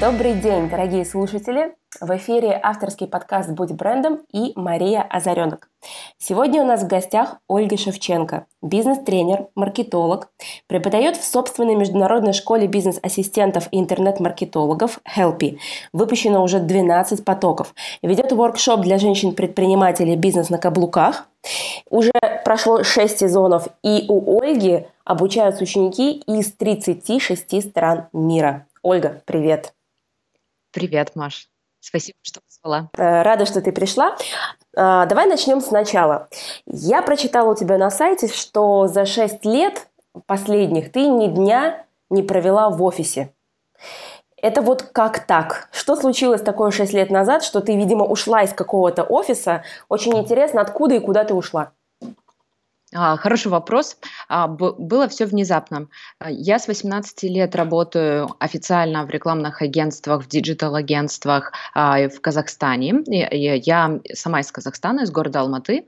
Добрый день, дорогие слушатели! В эфире авторский подкаст «Будь брендом» и Мария Озаренок. Сегодня у нас в гостях Ольга Шевченко, бизнес-тренер, маркетолог, преподает в собственной международной школе бизнес-ассистентов и интернет-маркетологов Helpy. Выпущено уже 12 потоков. Ведет воркшоп для женщин-предпринимателей «Бизнес на каблуках». Уже прошло 6 сезонов, и у Ольги обучаются ученики из 36 стран мира. Ольга, привет! Привет, Маш. Спасибо, что позвала. Рада, что ты пришла. Давай начнем сначала. Я прочитала у тебя на сайте, что за 6 лет последних ты ни дня не провела в офисе. Это вот как так? Что случилось такое 6 лет назад, что ты, видимо, ушла из какого-то офиса? Очень интересно, откуда и куда ты ушла? Хороший вопрос. Было все внезапно. Я с 18 лет работаю официально в рекламных агентствах, в диджитал-агентствах в Казахстане. Я сама из Казахстана, из города Алматы.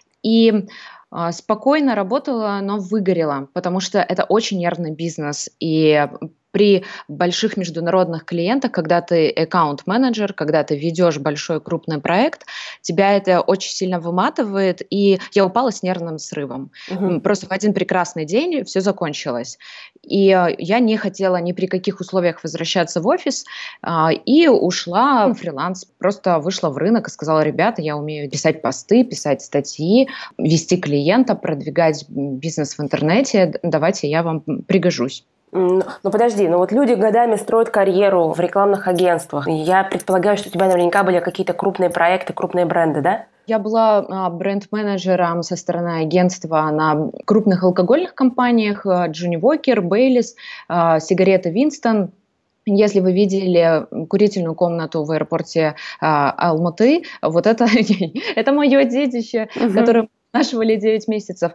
И спокойно работала, но выгорела, потому что это очень нервный бизнес. И при больших международных клиентах, когда ты аккаунт-менеджер, когда ты ведешь большой крупный проект, тебя это очень сильно выматывает, и я упала с нервным срывом. Просто в один прекрасный день все закончилось. И я не хотела ни при каких условиях возвращаться в офис, и ушла в фриланс. Просто вышла в рынок и сказала: ребята, я умею писать посты, писать статьи, вести клиента, продвигать бизнес в интернете, давайте я вам пригожусь. Ну подожди, вот люди годами строят карьеру в рекламных агентствах. Я предполагаю, что у тебя наверняка были какие-то крупные проекты, крупные бренды, да? Я была бренд-менеджером со стороны агентства на крупных алкогольных компаниях: Джонни Уокер, Бейлис, сигареты Винстон. Если вы видели курительную комнату в аэропорте Алматы, вот это мое детище, которое нашивали 9 месяцев.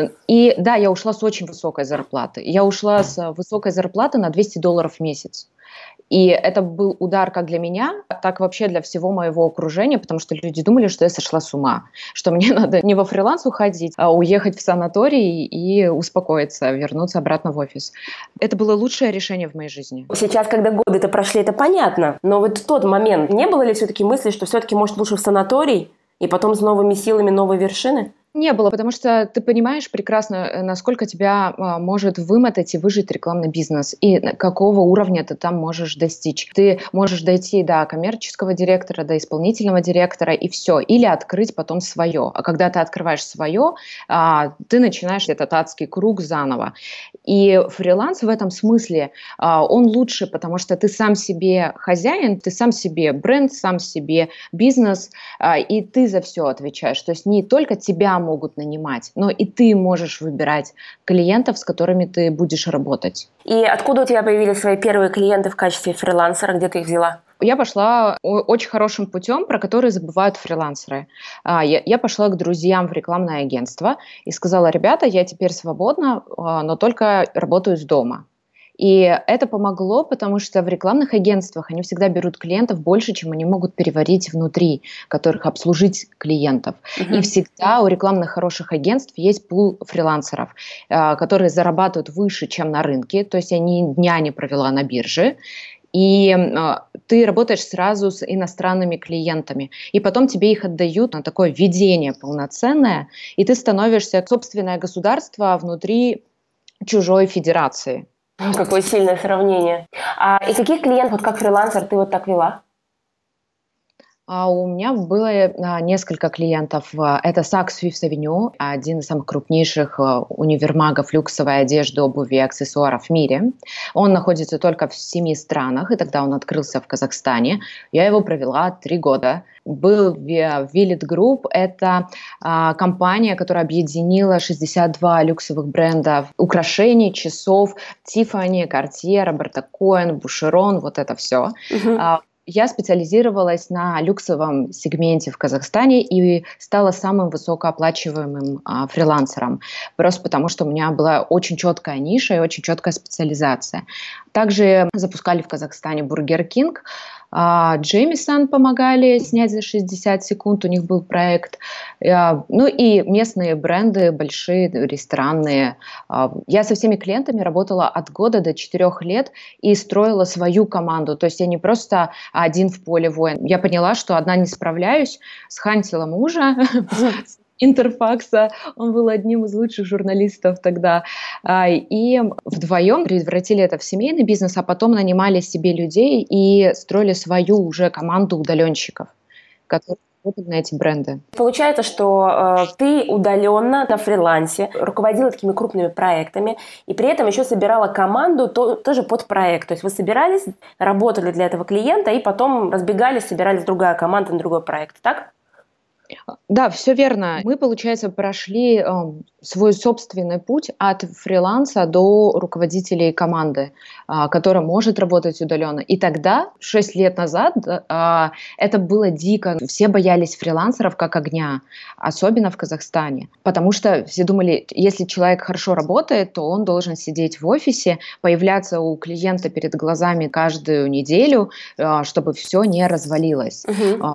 И да, я ушла с очень высокой зарплаты. Я ушла с высокой зарплаты на $200 в месяц. И это был удар как для меня, так вообще для всего моего окружения, потому что люди думали, что я сошла с ума, что мне надо не во фриланс уходить, а уехать в санаторий и успокоиться, вернуться обратно в офис. Это было лучшее решение в моей жизни. Сейчас, когда годы-то прошли, это понятно. Но вот в тот момент не было ли все-таки мысли, что все-таки, может, лучше в санаторий и потом с новыми силами новые вершины? Не было, потому что ты понимаешь прекрасно, насколько тебя может вымотать и выжить рекламный бизнес, и какого уровня ты там можешь достичь. Ты можешь дойти до коммерческого директора, до исполнительного директора, и все. Или открыть потом свое. А когда ты открываешь свое, ты начинаешь этот адский круг заново. И фриланс в этом смысле, он лучше, потому что ты сам себе хозяин, ты сам себе бренд, сам себе бизнес, и ты за все отвечаешь. То есть не только тебя могут нанимать, но и ты можешь выбирать клиентов, с которыми ты будешь работать. И откуда у тебя появились свои первые клиенты в качестве фрилансера? Где ты их взяла? Я пошла очень хорошим путем, про который забывают фрилансеры. Я пошла к друзьям в рекламное агентство и сказала: ребята, я теперь свободна, но только работаю с дома. И это помогло, потому что в рекламных агентствах они всегда берут клиентов больше, чем они могут переварить внутри, которых обслужить клиентов. И всегда у рекламных хороших агентств есть пул фрилансеров, которые зарабатывают выше, чем на рынке, то есть я ни дня не провела на бирже. И ты работаешь сразу с иностранными клиентами, и потом тебе их отдают на такое ведение полноценное, и ты становишься собственное государство внутри чужой федерации. Какое сильное сравнение. И каких клиентов, вот как фрилансер, ты вот так вела? У меня было несколько клиентов. Это Saks Fifth Avenue, один из самых крупнейших универмагов люксовой одежды, обуви и аксессуаров в мире. Он находится только в 7 странах, и тогда он открылся в Казахстане. Я его провела 3 года. Был Village Group, это компания, которая объединила 62 люксовых бренда украшений, часов, Tiffany, Cartier, Roberto Coin, Boucheron, вот это все. Я специализировалась на люксовом сегменте в Казахстане и стала самым высокооплачиваемым фрилансером, просто потому что у меня была очень четкая ниша и очень четкая специализация. Также запускали в Казахстане Burger King, Джеймисон помогали снять за 60 секунд, у них был проект. Ну и местные бренды, большие, ресторанные. Я со всеми клиентами работала от года до 4 лет и строила свою команду. То есть я не просто один в поле воин. Я поняла, что одна не справляюсь, схантила мужа, Интерфакса, он был одним из лучших журналистов тогда, и вдвоем превратили это в семейный бизнес, а потом нанимали себе людей и строили свою уже команду удаленщиков, которые работали на эти бренды. Получается, что ты удаленно на фрилансе руководила такими крупными проектами и при этом еще собирала команду тоже под проект. То есть вы собирались, работали для этого клиента и потом разбегались, собирались другая команда на другой проект, так? Да, все верно. Мы, получается, прошли свой собственный путь от фриланса до руководителей команды, которая может работать удаленно. И тогда, 6 лет назад, это было дико. Все боялись фрилансеров как огня, особенно в Казахстане. Потому что все думали, если человек хорошо работает, то он должен сидеть в офисе, появляться у клиента перед глазами каждую неделю, чтобы все не развалилось.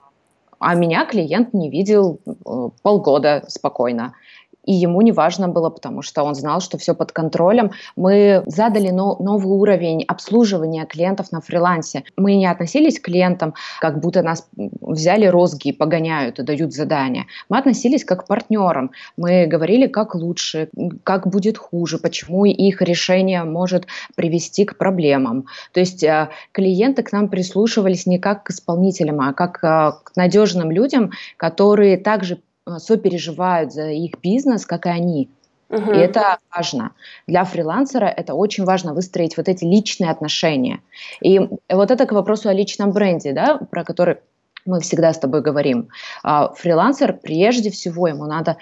А меня клиент не видел полгода спокойно. И ему не важно было, потому что он знал, что все под контролем. Мы задали новый уровень обслуживания клиентов на фрилансе. Мы не относились к клиентам, как будто нас взяли розги, погоняют и дают задания. Мы относились как к партнерам. Мы говорили, как лучше, как будет хуже, почему их решение может привести к проблемам. То есть клиенты к нам прислушивались не как к исполнителям, а как к надежным людям, которые также сопереживают за их бизнес, как и они. И это важно. Для фрилансера это очень важно выстроить вот эти личные отношения. И вот это к вопросу о личном бренде, да, про который мы всегда с тобой говорим. Фрилансер, прежде всего, ему надо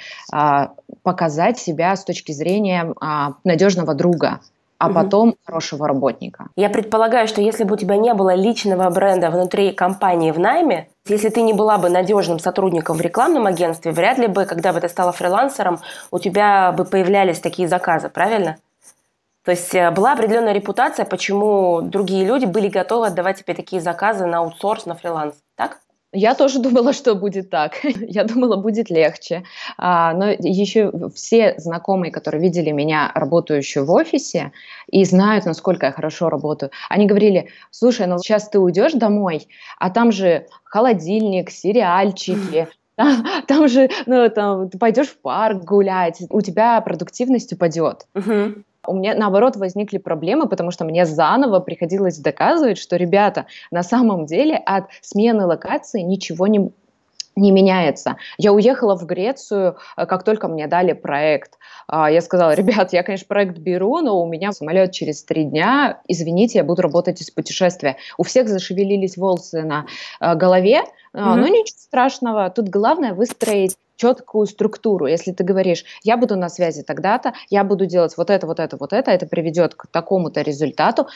показать себя с точки зрения надежного друга, а потом хорошего работника. Я предполагаю, что если бы у тебя не было личного бренда внутри компании в найме, если ты не была бы надежным сотрудником в рекламном агентстве, вряд ли бы, когда бы ты стала фрилансером, у тебя бы появлялись такие заказы, правильно? То есть была определенная репутация, почему другие люди были готовы отдавать тебе такие заказы на аутсорс, на фриланс, так? Я тоже думала, что будет так. Я думала, будет легче. Но еще все знакомые, которые видели меня работающую в офисе и знают, насколько я хорошо работаю, они говорили: слушай, ну сейчас ты уйдешь домой, а там же холодильник, сериальчики, там же ты пойдешь в парк гулять, у тебя продуктивность упадет. У меня, наоборот, возникли проблемы, потому что мне заново приходилось доказывать, что, ребята, на самом деле от смены локации ничего не меняется. Я уехала в Грецию, как только мне дали проект. Я сказала: ребят, я, конечно, проект беру, но у меня самолет через 3 дня. Извините, я буду работать из путешествия. У всех зашевелились волосы на голове, но ничего страшного. Тут главное выстроить четкую структуру. Если ты говоришь: я буду на связи тогда-то, я буду делать вот это, это приведет к такому-то результату,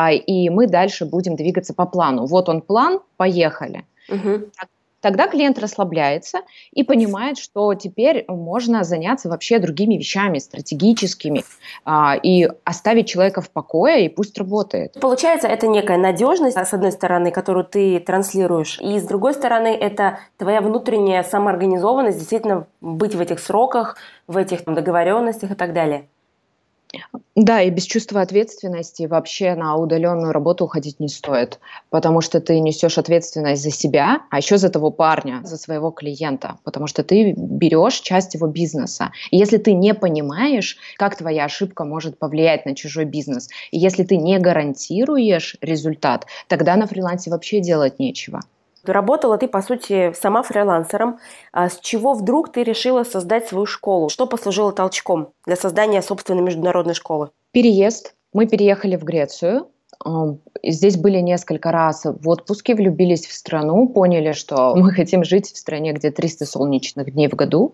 и мы дальше будем двигаться по плану. Вот он план, поехали. Тогда клиент расслабляется и понимает, что теперь можно заняться вообще другими вещами, стратегическими, и оставить человека в покое, и пусть работает. Получается, это некая надежность, с одной стороны, которую ты транслируешь, и с другой стороны, это твоя внутренняя самоорганизованность, действительно быть в этих сроках, в этих договоренностях и так далее. Да, и без чувства ответственности вообще на удаленную работу уходить не стоит, потому что ты несешь ответственность за себя, а еще за того парня, за своего клиента, потому что ты берешь часть его бизнеса. И если ты не понимаешь, как твоя ошибка может повлиять на чужой бизнес, и если ты не гарантируешь результат, тогда на фрилансе вообще делать нечего. Работала ты, по сути, сама фрилансером. С чего вдруг ты решила создать свою школу? Что послужило толчком для создания собственной международной школы? Переезд. Мы переехали в Грецию. Здесь были несколько раз в отпуске, влюбились в страну, поняли, что мы хотим жить в стране, где 300 солнечных дней в году.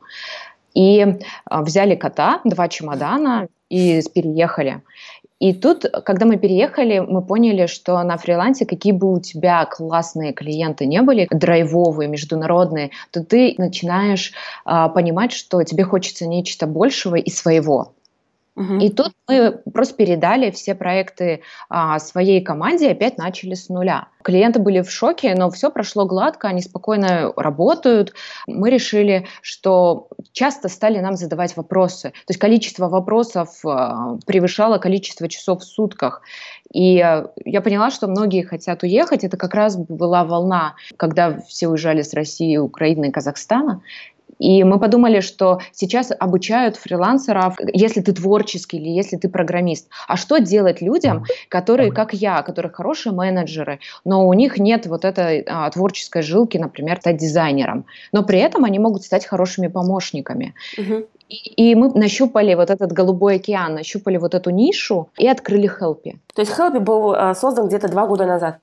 И взяли кота, 2 чемодана и переехали. И тут, когда мы переехали, мы поняли, что на фрилансе, какие бы у тебя классные клиенты не были, драйвовые, международные, то ты начинаешь понимать, что тебе хочется нечто большего и своего. Мгм. И тут мы просто передали все проекты своей команде и опять начали с нуля. Клиенты были в шоке, но все прошло гладко, они спокойно работают. Мы решили, что часто стали нам задавать вопросы. То есть количество вопросов превышало количество часов в сутках. И я поняла, что многие хотят уехать. Это как раз была волна, когда все уезжали с России, Украины и Казахстана. И мы подумали, что сейчас обучают фрилансеров, если ты творческий или если ты программист. А что делать людям, которые, как я, которые хорошие менеджеры, но у них нет вот этой творческой жилки, например, стать дизайнером. Но при этом они могут стать хорошими помощниками. Мгм. И мы нащупали вот этот голубой океан, нащупали вот эту нишу и открыли Helpy. То есть Helpy был создан где-то 2 года назад.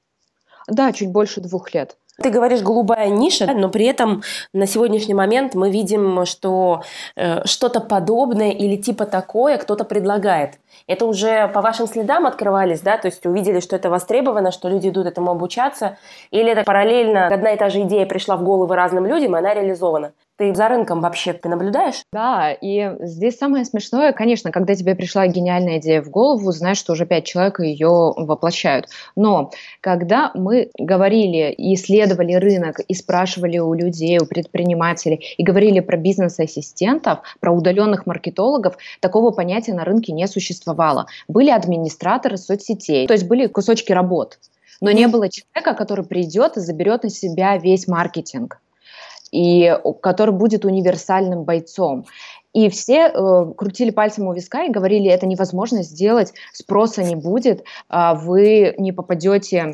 Да, чуть больше 2 лет. Ты говоришь голубая ниша, но при этом на сегодняшний момент мы видим, что что-то подобное или типа такое кто-то предлагает. Это уже по вашим следам открывались, да? То есть увидели, что это востребовано, что люди идут этому обучаться, или это параллельно одна и та же идея пришла в головы разным людям, и она реализована? Ты за рынком вообще ты наблюдаешь? Да, и здесь самое смешное, конечно, когда тебе пришла гениальная идея в голову, знаешь, что уже 5 человек ее воплощают. Но когда мы говорили и исследовали рынок, и спрашивали у людей, у предпринимателей, и говорили про бизнес-ассистентов, про удаленных маркетологов, такого понятия на рынке не существовало. Были администраторы соцсетей, то есть были кусочки работ, но не было человека, который придет и заберет на себя весь маркетинг и который будет универсальным бойцом. И все крутили пальцем у виска и говорили, это невозможно сделать, спроса не будет, вы не попадете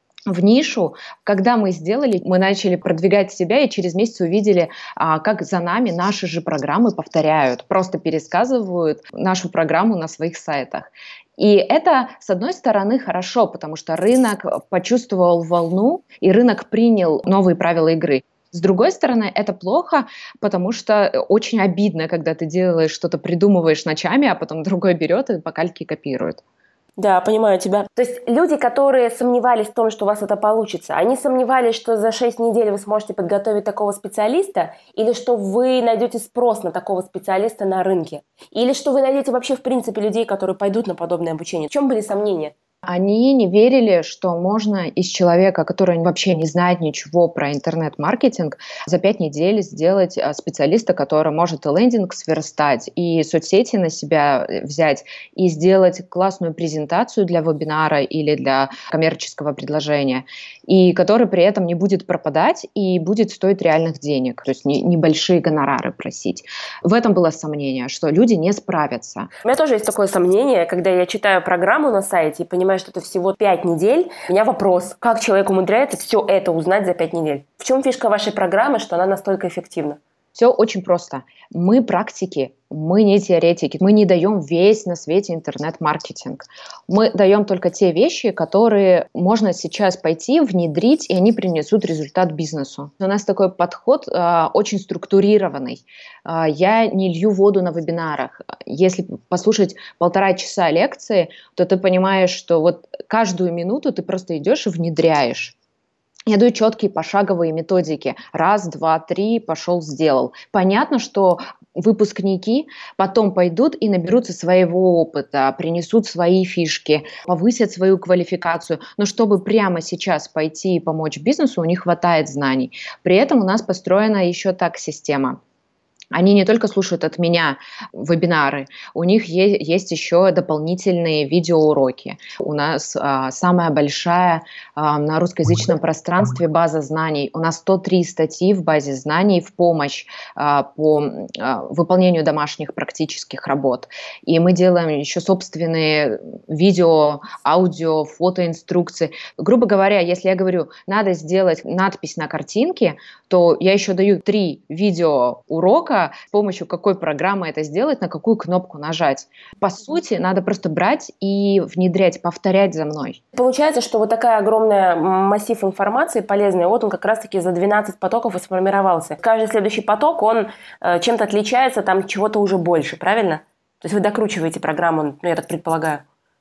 в нишу. Когда мы сделали, мы начали продвигать себя и через месяц увидели, как за нами наши же программы повторяют, просто пересказывают нашу программу на своих сайтах. И это, с одной стороны, хорошо, потому что рынок почувствовал волну, и рынок принял новые правила игры. С другой стороны, это плохо, потому что очень обидно, когда ты делаешь что-то, придумываешь ночами, а потом другой берет и по кальке копирует. Да, понимаю тебя. То есть люди, которые сомневались в том, что у вас это получится, они сомневались, что за 6 недель вы сможете подготовить такого специалиста, или что вы найдете спрос на такого специалиста на рынке, или что вы найдете вообще в принципе людей, которые пойдут на подобное обучение. В чем были сомнения? Они не верили, что можно из человека, который вообще не знает ничего про интернет-маркетинг, за 5 недель сделать специалиста, который может и лендинг сверстать, и соцсети на себя взять, и сделать классную презентацию для вебинара или для коммерческого предложения, и который при этом не будет пропадать и будет стоить реальных денег, то есть небольшие гонорары просить. В этом было сомнение, что люди не справятся. У меня тоже есть такое сомнение, когда я читаю программу на сайте и понимаю, что это всего 5 недель. У меня вопрос, как человек умудряется все это узнать за 5 недель? В чем фишка вашей программы, что она настолько эффективна? Все очень просто. Мы практики, мы не теоретики, мы не даем весь на свете интернет-маркетинг. Мы даем только те вещи, которые можно сейчас пойти, внедрить, и они принесут результат бизнесу. У нас такой подход очень структурированный. Я не лью воду на вебинарах. Если послушать 1,5 часа лекции, то ты понимаешь, что вот каждую минуту ты просто идешь и внедряешь. Я даю четкие пошаговые методики. 1, 2, 3, пошел, сделал. Понятно, что выпускники потом пойдут и наберутся своего опыта, принесут свои фишки, повысят свою квалификацию. Но чтобы прямо сейчас пойти и помочь бизнесу, у них хватает знаний. При этом у нас построена еще так система. Они не только слушают от меня вебинары, у них есть еще дополнительные видеоуроки. У нас самая большая на русскоязычном пространстве база знаний. У нас 103 статьи в базе знаний в помощь по выполнению домашних практических работ. И мы делаем еще собственные видео, аудио, фотоинструкции. Грубо говоря, если я говорю, надо сделать надпись на картинке, то я еще даю 3 видеоурока, с помощью какой программы это сделать, на какую кнопку нажать. По сути, надо просто брать и внедрять, повторять за мной. Получается, что вот такая огромная массив информации полезной, вот он как раз-таки за 12 потоков и сформировался. Каждый следующий поток, он чем-то отличается, там чего-то уже больше, правильно? То есть вы докручиваете программу, ну, я так предполагаю.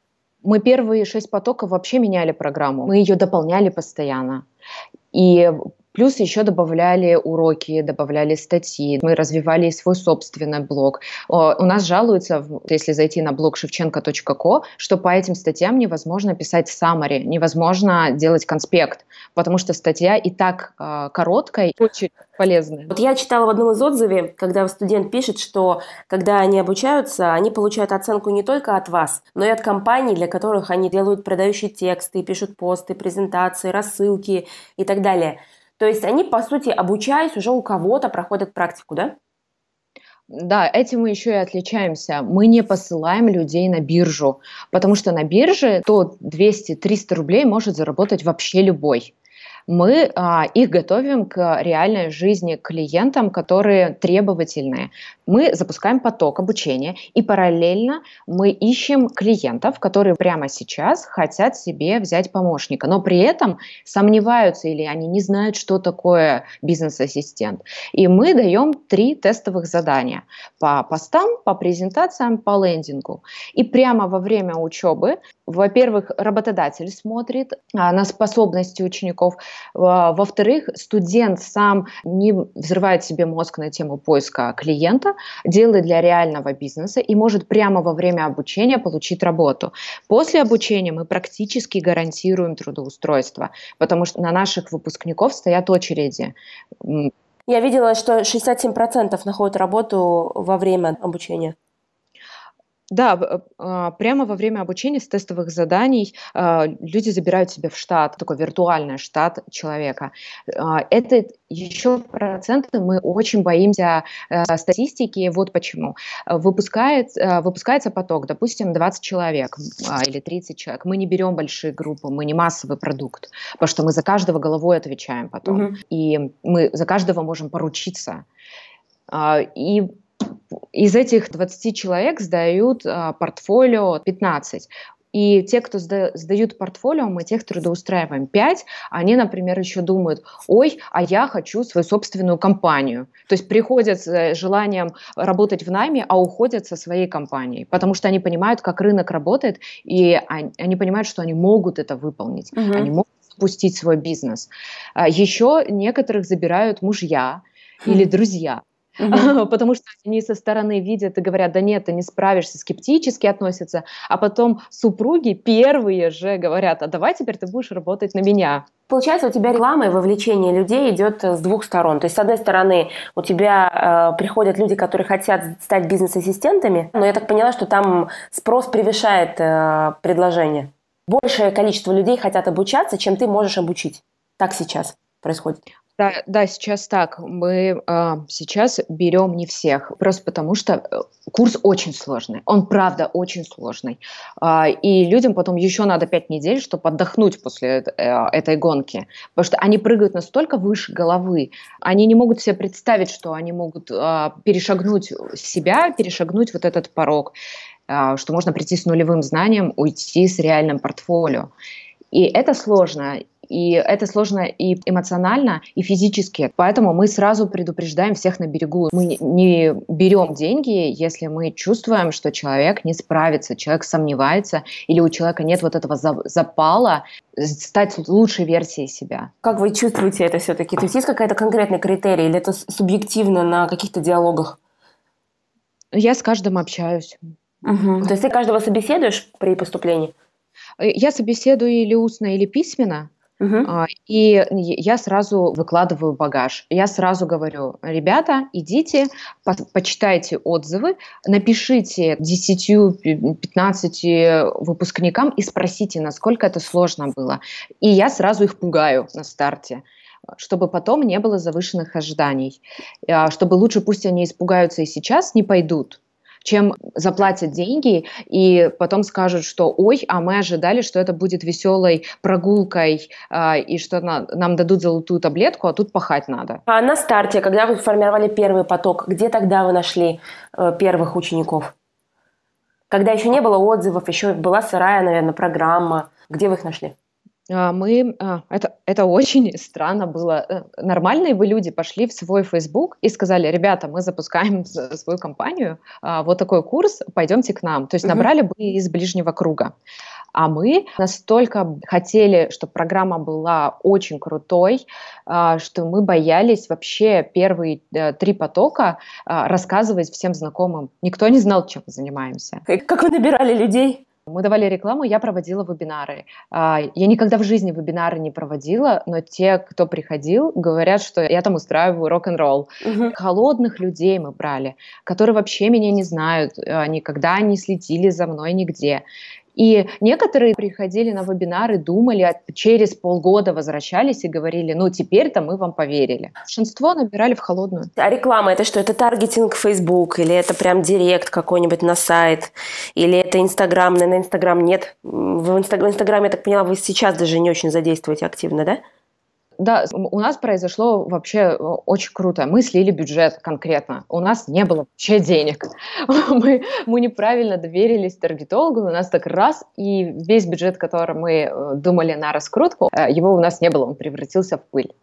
Мы первые 6 потоков вообще меняли программу. Мы ее дополняли постоянно. И Плюс еще добавляли уроки, добавляли статьи, мы развивали свой собственный блог. У нас жалуются, если зайти на блог shevchenko.co, что по этим статьям невозможно писать summary, невозможно делать конспект, потому что статья и так короткая, очень полезная. Вот я читала в одном из отзывов, когда студент пишет, что когда они обучаются, они получают оценку не только от вас, но и от компаний, для которых они делают продающие тексты, пишут посты, презентации, рассылки и так далее. То есть они, по сути, обучаясь, уже у кого-то проходят практику, да? Да, этим мы еще и отличаемся. Мы не посылаем людей на биржу, потому что на бирже то 200-300 рублей может заработать вообще любой. Мы их готовим к реальной жизни клиентам, которые требовательные. Мы запускаем поток обучения, и параллельно мы ищем клиентов, которые прямо сейчас хотят себе взять помощника, но при этом сомневаются или они не знают, что такое бизнес-ассистент. И мы даем 3 тестовых задания по постам, по презентациям, по лендингу. И прямо во время учебы, во-первых, работодатель смотрит на способности учеников, во-вторых, студент сам не взрывает себе мозг на тему поиска клиента, делает для реального бизнеса и может прямо во время обучения получить работу. После обучения мы практически гарантируем трудоустройство, потому что на наших выпускников стоят очереди. Я видела, что 67% находят работу во время обучения. Да, прямо во время обучения с тестовых заданий люди забирают себе в штат, такой виртуальный штат человека. Это еще проценты, мы очень боимся статистики, вот почему. Выпускается поток, допустим, 20 человек или 30 человек. Мы не берем большие группы, мы не массовый продукт, потому что мы за каждого головой отвечаем потом. И мы за каждого можем поручиться. И из этих 20 человек сдают портфолио 15. И те, кто сдают портфолио, мы тех трудоустраиваем 5. Они, например, еще думают: ой, а я хочу свою собственную компанию. То есть приходят с желанием работать в найме, а уходят со своей компанией. Потому что они понимают, как рынок работает, и они понимают, что они могут это выполнить. Они могут запустить свой бизнес. Еще некоторых забирают мужья или друзья. Потому что они со стороны видят и говорят: да нет, ты не справишься, скептически относятся, а потом супруги первые же говорят: а давай теперь ты будешь работать на меня. Получается, у тебя реклама и вовлечение людей идет с двух сторон. То есть, с одной стороны, у тебя приходят люди, которые хотят стать бизнес-ассистентами, но я так поняла, что там спрос превышает предложение. Большее количество людей хотят обучаться, чем ты можешь обучить. Так сейчас происходит. Да, сейчас так. Мы сейчас берем не всех, просто потому что курс очень сложный. Он, правда, очень сложный. И людям потом еще надо 5 недель, чтобы отдохнуть после этой гонки. Потому что они прыгают настолько выше головы, они не могут себе представить, что они могут перешагнуть себя, перешагнуть вот этот порог, что можно прийти с нулевым знанием, уйти с реальным портфолио. И это сложно. И это сложно и эмоционально, и физически. Поэтому мы сразу предупреждаем всех на берегу. Мы не берем деньги, если мы чувствуем, что человек не справится, человек сомневается, или у человека нет вот этого запала стать лучшей версией себя. Как вы чувствуете это все-таки? То есть есть какая-то конкретный критерий, или это субъективно на каких-то диалогах? Я с каждым общаюсь. То есть ты каждого собеседуешь при поступлении? Я собеседую или устно, или письменно. И я сразу выкладываю багаж. Я сразу говорю: ребята, идите, почитайте отзывы, напишите 10-15 выпускникам и спросите, насколько это сложно было. И я сразу их пугаю на старте, чтобы потом не было завышенных ожиданий. Чтобы лучше, пусть они испугаются и сейчас, не пойдут, чем заплатят деньги и потом скажут, что ой, а мы ожидали, что это будет веселой прогулкой и что нам дадут золотую таблетку, а тут пахать надо. А на старте, когда вы формировали первый поток, где тогда вы нашли первых учеников? Когда еще не было отзывов, еще была сырая, наверное, программа. Где вы их нашли? Это очень странно было. Нормальные бы люди пошли в свой Facebook и сказали: ребята, мы запускаем свою компанию, вот такой курс, пойдемте к нам. То есть набрали бы из ближнего круга. А мы настолько хотели, чтобы программа была очень крутой, что мы боялись вообще первые 3 потока рассказывать всем знакомым. Никто не знал, чем мы занимаемся. Как вы набирали людей? Мы давали рекламу, я проводила вебинары. Я никогда в жизни вебинары не проводила, но те, кто приходил, говорят, что я там устраиваю рок-н-ролл. Холодных людей мы брали, которые вообще меня не знают, никогда не следили за мной нигде. И некоторые приходили на вебинары, думали, через полгода возвращались и говорили, ну теперь-то мы вам поверили. Большинство набирали в холодную. А реклама это что? Это таргетинг Facebook или это прям директ какой-нибудь на сайт? Или это Инстаграм? На Инстаграм нет. В Инстаграме, я так поняла, вы сейчас даже не очень задействуете активно, да? Да, у нас произошло вообще очень круто. Мы слили бюджет конкретно. У нас не было вообще денег. Мы неправильно доверились таргетологу, у нас так раз, и весь бюджет, который мы думали на раскрутку, его у нас не было, он превратился в пыль.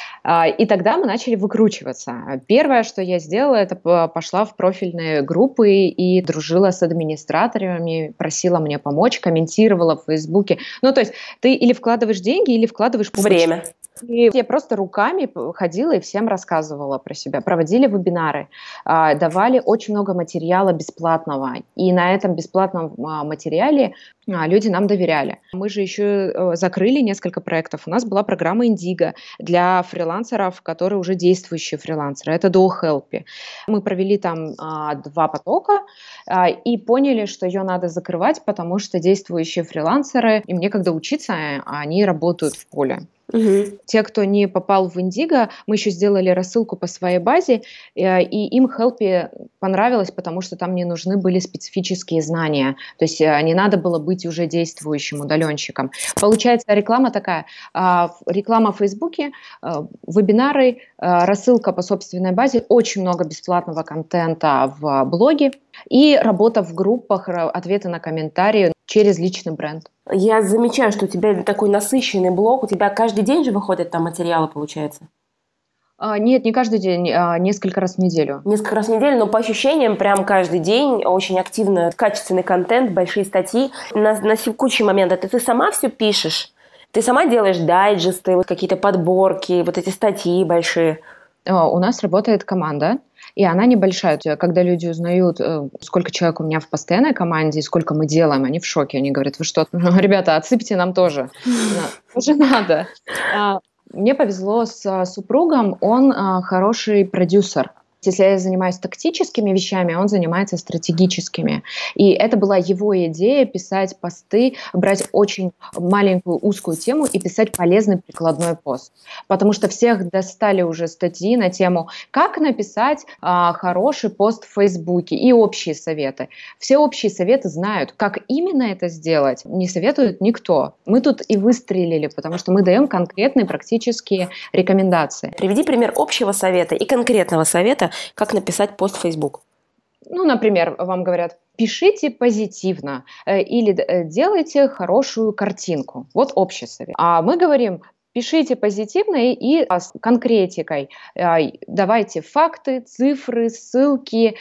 И тогда мы начали выкручиваться. Первое, что я сделала, это пошла в профильные группы и дружила с администраторами, просила мне помочь, комментировала в Фейсбуке. Ну, то есть ты или вкладываешь деньги, или вкладываешь время. И я просто руками ходила и всем рассказывала про себя. Проводили вебинары, давали очень много материала бесплатного. И на этом бесплатном материале люди нам доверяли. Мы же еще закрыли несколько проектов. У нас была программа Indigo для фрилансеров, которые уже действующие фрилансеры. Это DoHelp. Мы провели там 2 потока и поняли, что ее надо закрывать, потому что действующие фрилансеры, им некогда учиться, а они работают в поле. Те, кто не попал в Indigo, мы еще сделали рассылку по своей базе, и им Help понравилось, потому что там не нужны были специфические знания, то есть не надо было быть уже действующим удаленщиком. Получается, реклама такая, реклама в Фейсбуке, вебинары, рассылка по собственной базе, очень много бесплатного контента в блоге и работа в группах, ответы на комментарии через личный бренд. Я замечаю, что у тебя такой насыщенный блог. У тебя каждый день же выходят там материалы, получается? Нет, не каждый день, несколько раз в неделю. Несколько раз в неделю, но по ощущениям прям каждый день очень активно, качественный контент, большие статьи. На текущий момент это ты сама все пишешь? Ты сама делаешь дайджесты, вот какие-то подборки, вот эти статьи большие? У нас работает команда. И она небольшая. Когда люди узнают, сколько человек у меня в постоянной команде и сколько мы делаем, они в шоке. Они говорят, вы что, ребята, отсыпьте нам тоже. Тоже надо. Мне повезло с супругом, он хороший продюсер. Если я занимаюсь тактическими вещами, он занимается стратегическими. И это была его идея — писать посты, брать очень маленькую узкую тему и писать полезный прикладной пост. Потому что всех достали уже статьи на тему, как написать хороший пост в Фейсбуке и общие советы. Все общие советы знают, как именно это сделать, не советует никто. Мы тут и выстрелили, потому что мы даем конкретные практические рекомендации. Приведи пример общего совета и конкретного совета, как написать пост в Facebook. Ну, например, вам говорят, пишите позитивно или делайте хорошую картинку. Вот общий совет. А мы говорим, пишите позитивно и с конкретикой. Давайте факты, цифры, ссылки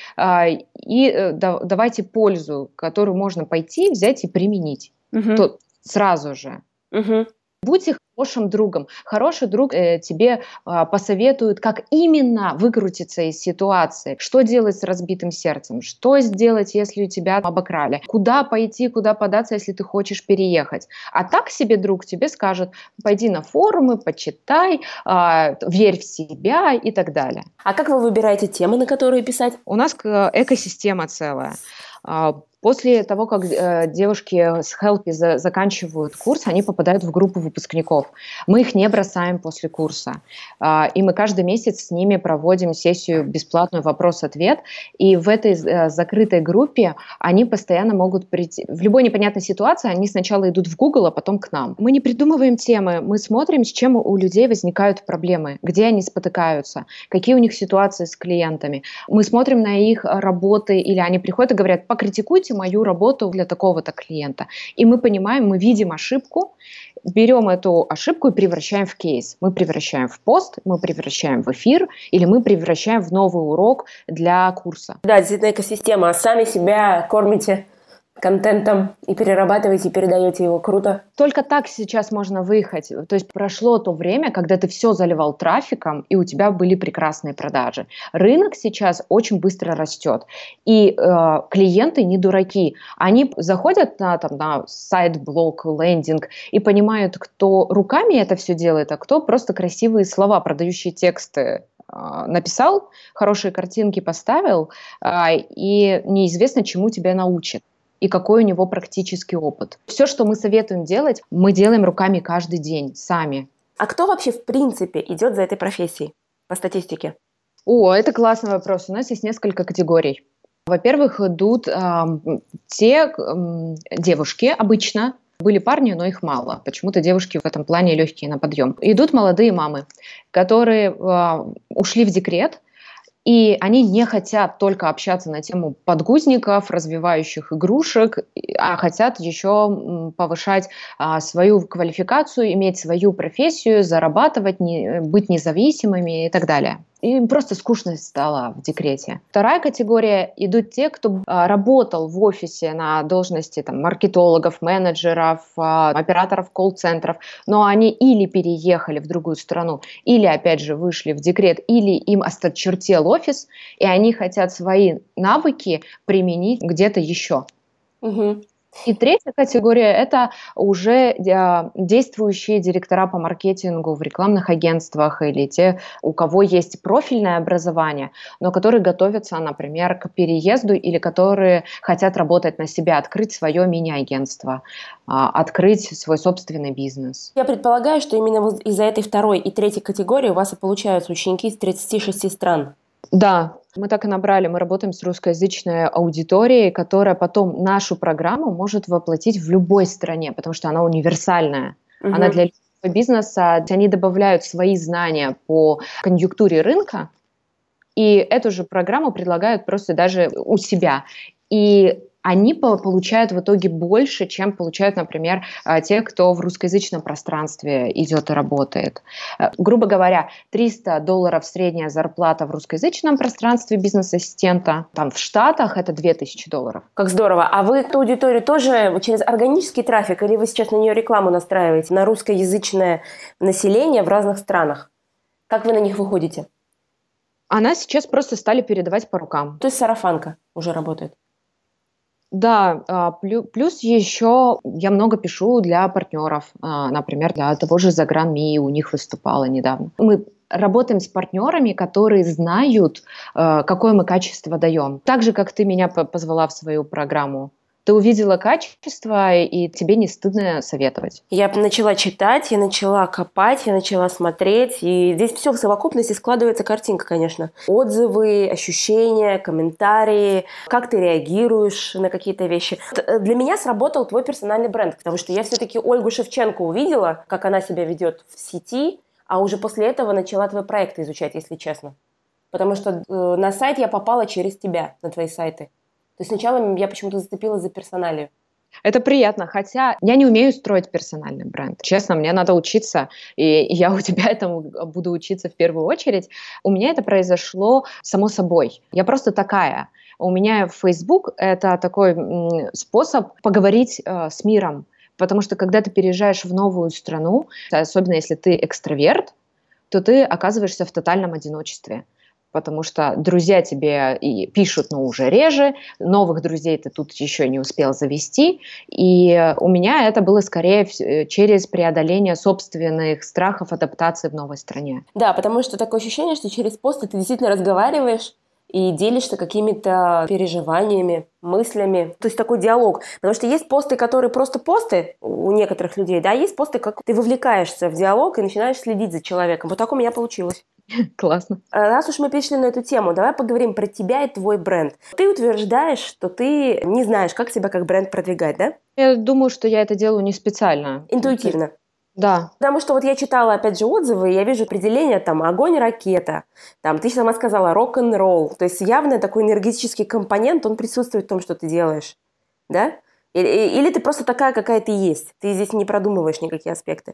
и давайте пользу, которую можно пойти, взять и применить. То сразу же. Будьте хорошим другом. Хороший друг тебе посоветует, как именно выкрутиться из ситуации, что делать с разбитым сердцем, что сделать, если тебя обокрали, куда пойти, куда податься, если ты хочешь переехать. А так себе друг тебе скажет, пойди на форумы, почитай, верь в себя и так далее. А как вы выбираете темы, на которые писать? У нас экосистема целая. После того, как девушки с Help заканчивают курс, они попадают в группу выпускников. Мы их не бросаем после курса. И мы каждый месяц с ними проводим сессию бесплатную вопрос-ответ. И в этой закрытой группе они постоянно могут прийти. В любой непонятной ситуации они сначала идут в Google, а потом к нам. Мы не придумываем темы, мы смотрим, с чем у людей возникают проблемы, где они спотыкаются, какие у них ситуации с клиентами. Мы смотрим на их работы, или они приходят и говорят, покритикуйте мою работу для такого-то клиента. И мы понимаем, мы видим ошибку, берем эту ошибку и превращаем в кейс. Мы превращаем в пост, мы превращаем в эфир, или мы превращаем в новый урок для курса. Да, действительно экосистема. Сами себя кормите контентом и перерабатываете, и передаете его. Круто. Только так сейчас можно выехать. То есть прошло то время, когда ты все заливал трафиком, и у тебя были прекрасные продажи. Рынок сейчас очень быстро растет. И клиенты не дураки. Они заходят на сайт, блог, лендинг и понимают, кто руками это все делает, а кто просто красивые слова, продающие тексты написал, хорошие картинки поставил, и неизвестно, чему тебя научат и какой у него практический опыт. Все, что мы советуем делать, мы делаем руками каждый день, сами. А кто вообще в принципе идет за этой профессией по статистике? Это классный вопрос. У нас есть несколько категорий. Во-первых, идут те девушки обычно, были парни, но их мало. Почему-то девушки в этом плане легкие на подъем. Идут молодые мамы, которые ушли в декрет, и они не хотят только общаться на тему подгузников, развивающих игрушек, а хотят еще повышать свою квалификацию, иметь свою профессию, зарабатывать, быть независимыми и так далее. Им просто скучно стало в декрете. Вторая категория идут те, кто работал в офисе на должности маркетологов, менеджеров, операторов колл-центров, но они или переехали в другую страну, или опять же вышли в декрет, или им осточертел офис, и они хотят свои навыки применить где-то еще. Угу. И третья категория – это уже действующие директора по маркетингу в рекламных агентствах или те, у кого есть профильное образование, но которые готовятся, например, к переезду или которые хотят работать на себя, открыть свое мини-агентство, открыть свой собственный бизнес. Я предполагаю, что именно из-за этой второй и третьей категории у вас и получаются ученики из 36 стран. Да, мы так и набрали. Мы работаем с русскоязычной аудиторией, которая потом нашу программу может воплотить в любой стране, потому что она универсальная. Угу. Она для любого бизнеса. Они добавляют свои знания по конъюнктуре рынка, и эту же программу предлагают просто даже у себя. И они получают в итоге больше, чем получают, например, те, кто в русскоязычном пространстве идет и работает. Грубо говоря, $300 средняя зарплата в русскоязычном пространстве бизнес-ассистента, там в Штатах это $2000. Как здорово. А вы эту аудиторию тоже через органический трафик или вы сейчас на нее рекламу настраиваете, на русскоязычное население в разных странах? Как вы на них выходите? Она сейчас просто стали передавать по рукам. То есть сарафанка уже работает? Да, плюс еще я много пишу для партнеров, например, для того же Загранми, у них выступала недавно. Мы работаем с партнерами, которые знают, какое мы качество даем. Так же, как ты меня позвала в свою программу. Ты увидела качество, и тебе не стыдно советовать. Я начала читать, я начала копать, я начала смотреть, и здесь все в совокупности складывается картинка, конечно. Отзывы, ощущения, комментарии, как ты реагируешь на какие-то вещи. Для меня сработал твой персональный бренд, потому что я все-таки Ольгу Шевченко увидела, как она себя ведет в сети, а уже после этого начала твои проекты изучать, если честно. Потому что на сайт я попала через тебя, на твои сайты. То есть сначала я почему-то зацепилась за персоналию. Это приятно, хотя я не умею строить персональный бренд. Честно, мне надо учиться, и я у тебя этому буду учиться в первую очередь. У меня это произошло само собой. Я просто такая. У меня Facebook – это такой способ поговорить с миром. Потому что когда ты переезжаешь в новую страну, особенно если ты экстраверт, то ты оказываешься в тотальном одиночестве. Потому что друзья тебе и пишут, но уже реже, новых друзей ты тут еще не успел завести, и у меня это было скорее через преодоление собственных страхов адаптации в новой стране. Да, потому что такое ощущение, что через посты ты действительно разговариваешь и делишься какими-то переживаниями, мыслями. То есть такой диалог. Потому что есть посты, которые просто посты у некоторых людей, да, есть посты, как ты вовлекаешься в диалог и начинаешь следить за человеком. Вот так у меня получилось. Классно. Раз уж мы перешли на эту тему, давай поговорим про тебя и твой бренд. Ты утверждаешь, что ты не знаешь, как себя как бренд продвигать, да? Я думаю, что я это делаю не специально. Интуитивно. Да. Потому что вот я читала, опять же, отзывы, и я вижу определение, там, огонь, ракета, там, ты сама сказала, рок-н-ролл. То есть явно такой энергетический компонент, он присутствует в том, что ты делаешь, да? Или ты просто такая, какая ты есть? Ты здесь не продумываешь никакие аспекты?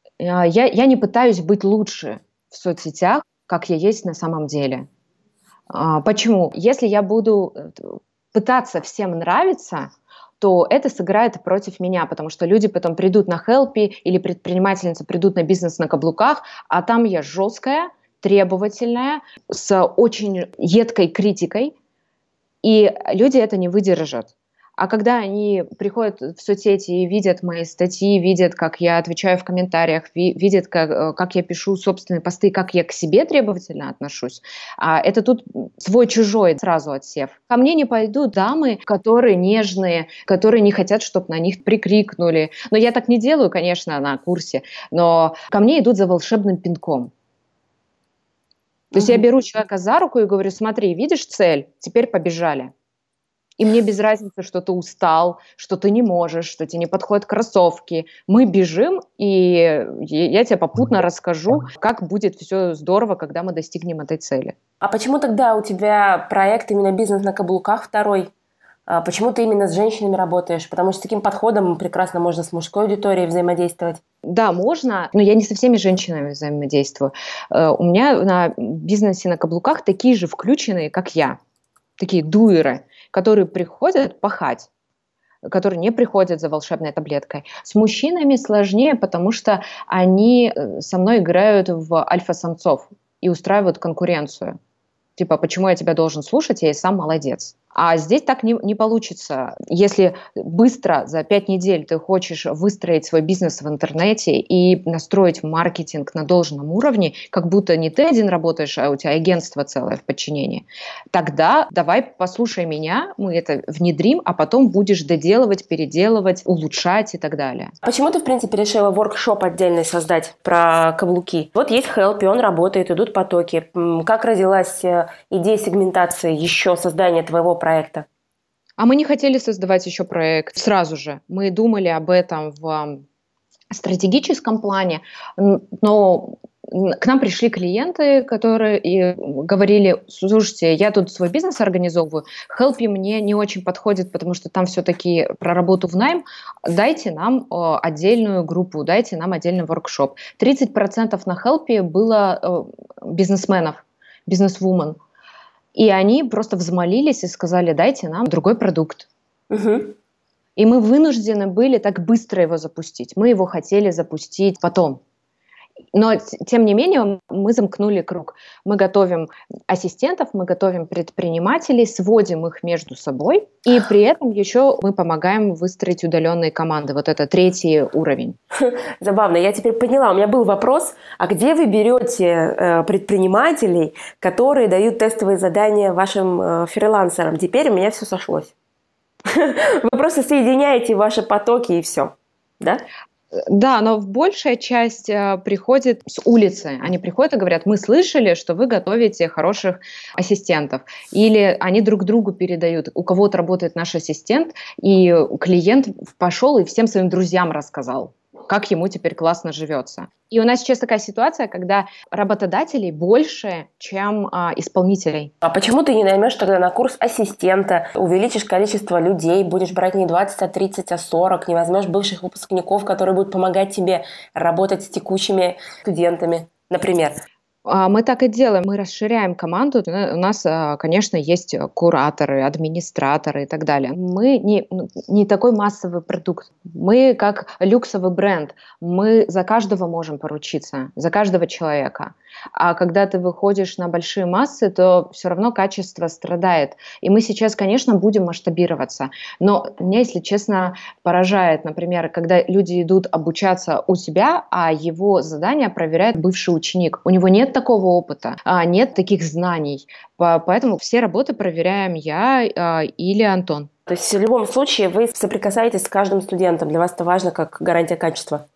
Я не пытаюсь быть лучше в соцсетях, как я есть на самом деле. Почему? Если я буду пытаться всем нравиться, то это сыграет против меня, потому что люди потом придут на Helpy или предпринимательницы придут на бизнес на каблуках, а там я жесткая, требовательная, с очень едкой критикой, и люди это не выдержат. А когда они приходят в соцсети и видят мои статьи, видят, как я отвечаю в комментариях, видят, как я пишу собственные посты, как я к себе требовательно отношусь, это тут свой-чужой сразу отсев. Ко мне не пойдут дамы, которые нежные, которые не хотят, чтобы на них прикрикнули. Но я так не делаю, конечно, на курсе, но ко мне идут за волшебным пинком. То есть я беру человека за руку и говорю: смотри, видишь цель, теперь побежали. И мне без разницы, что ты устал, что ты не можешь, что тебе не подходят кроссовки. Мы бежим, и я тебе попутно расскажу, как будет все здорово, когда мы достигнем этой цели. А почему тогда у тебя проект именно «Бизнес на каблуках» второй? Почему ты именно с женщинами работаешь? Потому что с таким подходом прекрасно можно с мужской аудиторией взаимодействовать. Да, можно, но я не со всеми женщинами взаимодействую. У меня на бизнесе на каблуках такие же включенные, как я. Такие дуэры, которые приходят пахать, которые не приходят за волшебной таблеткой. С мужчинами сложнее, потому что они со мной играют в альфа-самцов и устраивают конкуренцию. Типа, почему я тебя должен слушать, я и сам молодец. А здесь так не получится. Если быстро, за 5 недель ты хочешь выстроить свой бизнес в интернете и настроить маркетинг на должном уровне, как будто не ты один работаешь, а у тебя агентство целое в подчинении, тогда давай послушай меня, мы это внедрим, а потом будешь доделывать, переделывать, улучшать и так далее. Почему ты, в принципе, решила воркшоп отдельный создать про каблуки? Вот есть Helpy, он работает, идут потоки. Как родилась идея сегментации, еще создания твоего проекта? А мы не хотели создавать еще проект сразу же. Мы думали об этом в стратегическом плане, но к нам пришли клиенты, которые и говорили: слушайте, я тут свой бизнес организовываю, Helpy мне не очень подходит, потому что там все-таки про работу в найм, дайте нам отдельную группу, дайте нам отдельный воркшоп. 30% на Helpy было бизнесменов, бизнесвумен. И они просто взмолились и сказали: дайте нам другой продукт. И мы вынуждены были так быстро его запустить. Мы его хотели запустить потом. Но, тем не менее, мы замкнули круг. Мы готовим ассистентов, мы готовим предпринимателей, сводим их между собой, и при этом еще мы помогаем выстроить удаленные команды. Вот это 3-й уровень. Забавно, я теперь поняла. У меня был вопрос: а где вы берете предпринимателей, которые дают тестовые задания вашим фрилансерам? Теперь у меня все сошлось. Вы просто соединяете ваши потоки и все, да? Да, но большая часть приходит с улицы. Они приходят и говорят: мы слышали, что вы готовите хороших ассистентов. Или они друг другу передают: у кого-то работает наш ассистент, и клиент пошел и всем своим друзьям рассказал, как ему теперь классно живется. И у нас сейчас такая ситуация, когда работодателей больше, чем исполнителей. А почему ты не наймешь тогда на курс ассистента, увеличишь количество людей, будешь брать не 20, а 30, а 40, не возьмешь бывших выпускников, которые будут помогать тебе работать с текущими студентами, например? Мы так и делаем, мы расширяем команду. У нас, конечно, есть кураторы, администраторы и так далее. Мы не такой массовый продукт. Мы как люксовый бренд. Мы за каждого можем поручиться, за каждого человека. А когда ты выходишь на большие массы, то все равно качество страдает. И мы сейчас, конечно, будем масштабироваться. Но меня, если честно, поражает, например, когда люди идут обучаться у тебя, а его задание проверяет бывший ученик. У него нет такого опыта, нет таких знаний. Поэтому все работы проверяем я или Антон. То есть в любом случае вы соприкасаетесь с каждым студентом. Для вас это важно как гарантия качества.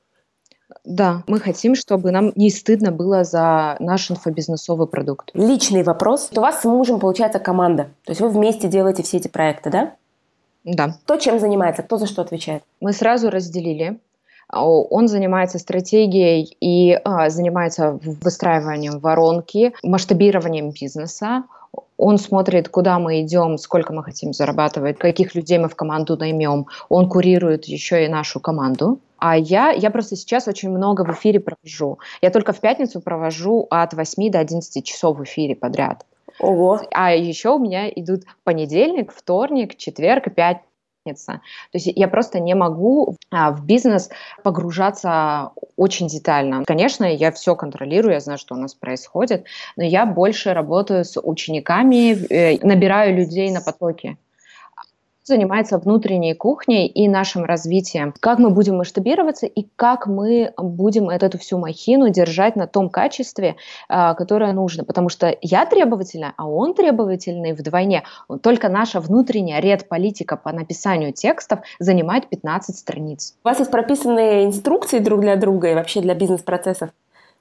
Да, мы хотим, чтобы нам не стыдно было за наш инфобизнесовый продукт. Личный вопрос. У вас с мужем получается команда. То есть вы вместе делаете все эти проекты, да? Да. Кто чем занимается, кто за что отвечает? Мы сразу разделили. Он занимается стратегией и занимается выстраиванием воронки, масштабированием бизнеса. Он смотрит, куда мы идем, сколько мы хотим зарабатывать, каких людей мы в команду наймем. Он курирует еще и нашу команду. А я просто сейчас очень много в эфире провожу. Я только в пятницу провожу от 8 до 11 часов в эфире подряд. Ого. А еще у меня идут понедельник, вторник, четверг и пятница. То есть я просто не могу в бизнес погружаться очень детально. Конечно, я все контролирую, я знаю, что у нас происходит, но я больше работаю с учениками, набираю людей на потоке. Занимается внутренней кухней и нашим развитием. Как мы будем масштабироваться и как мы будем эту всю махину держать на том качестве, которое нужно. Потому что я требовательна, а он требовательный вдвойне. Только наша внутренняя редполитика по написанию текстов занимает 15 страниц. У вас есть прописанные инструкции друг для друга и вообще для бизнес-процессов?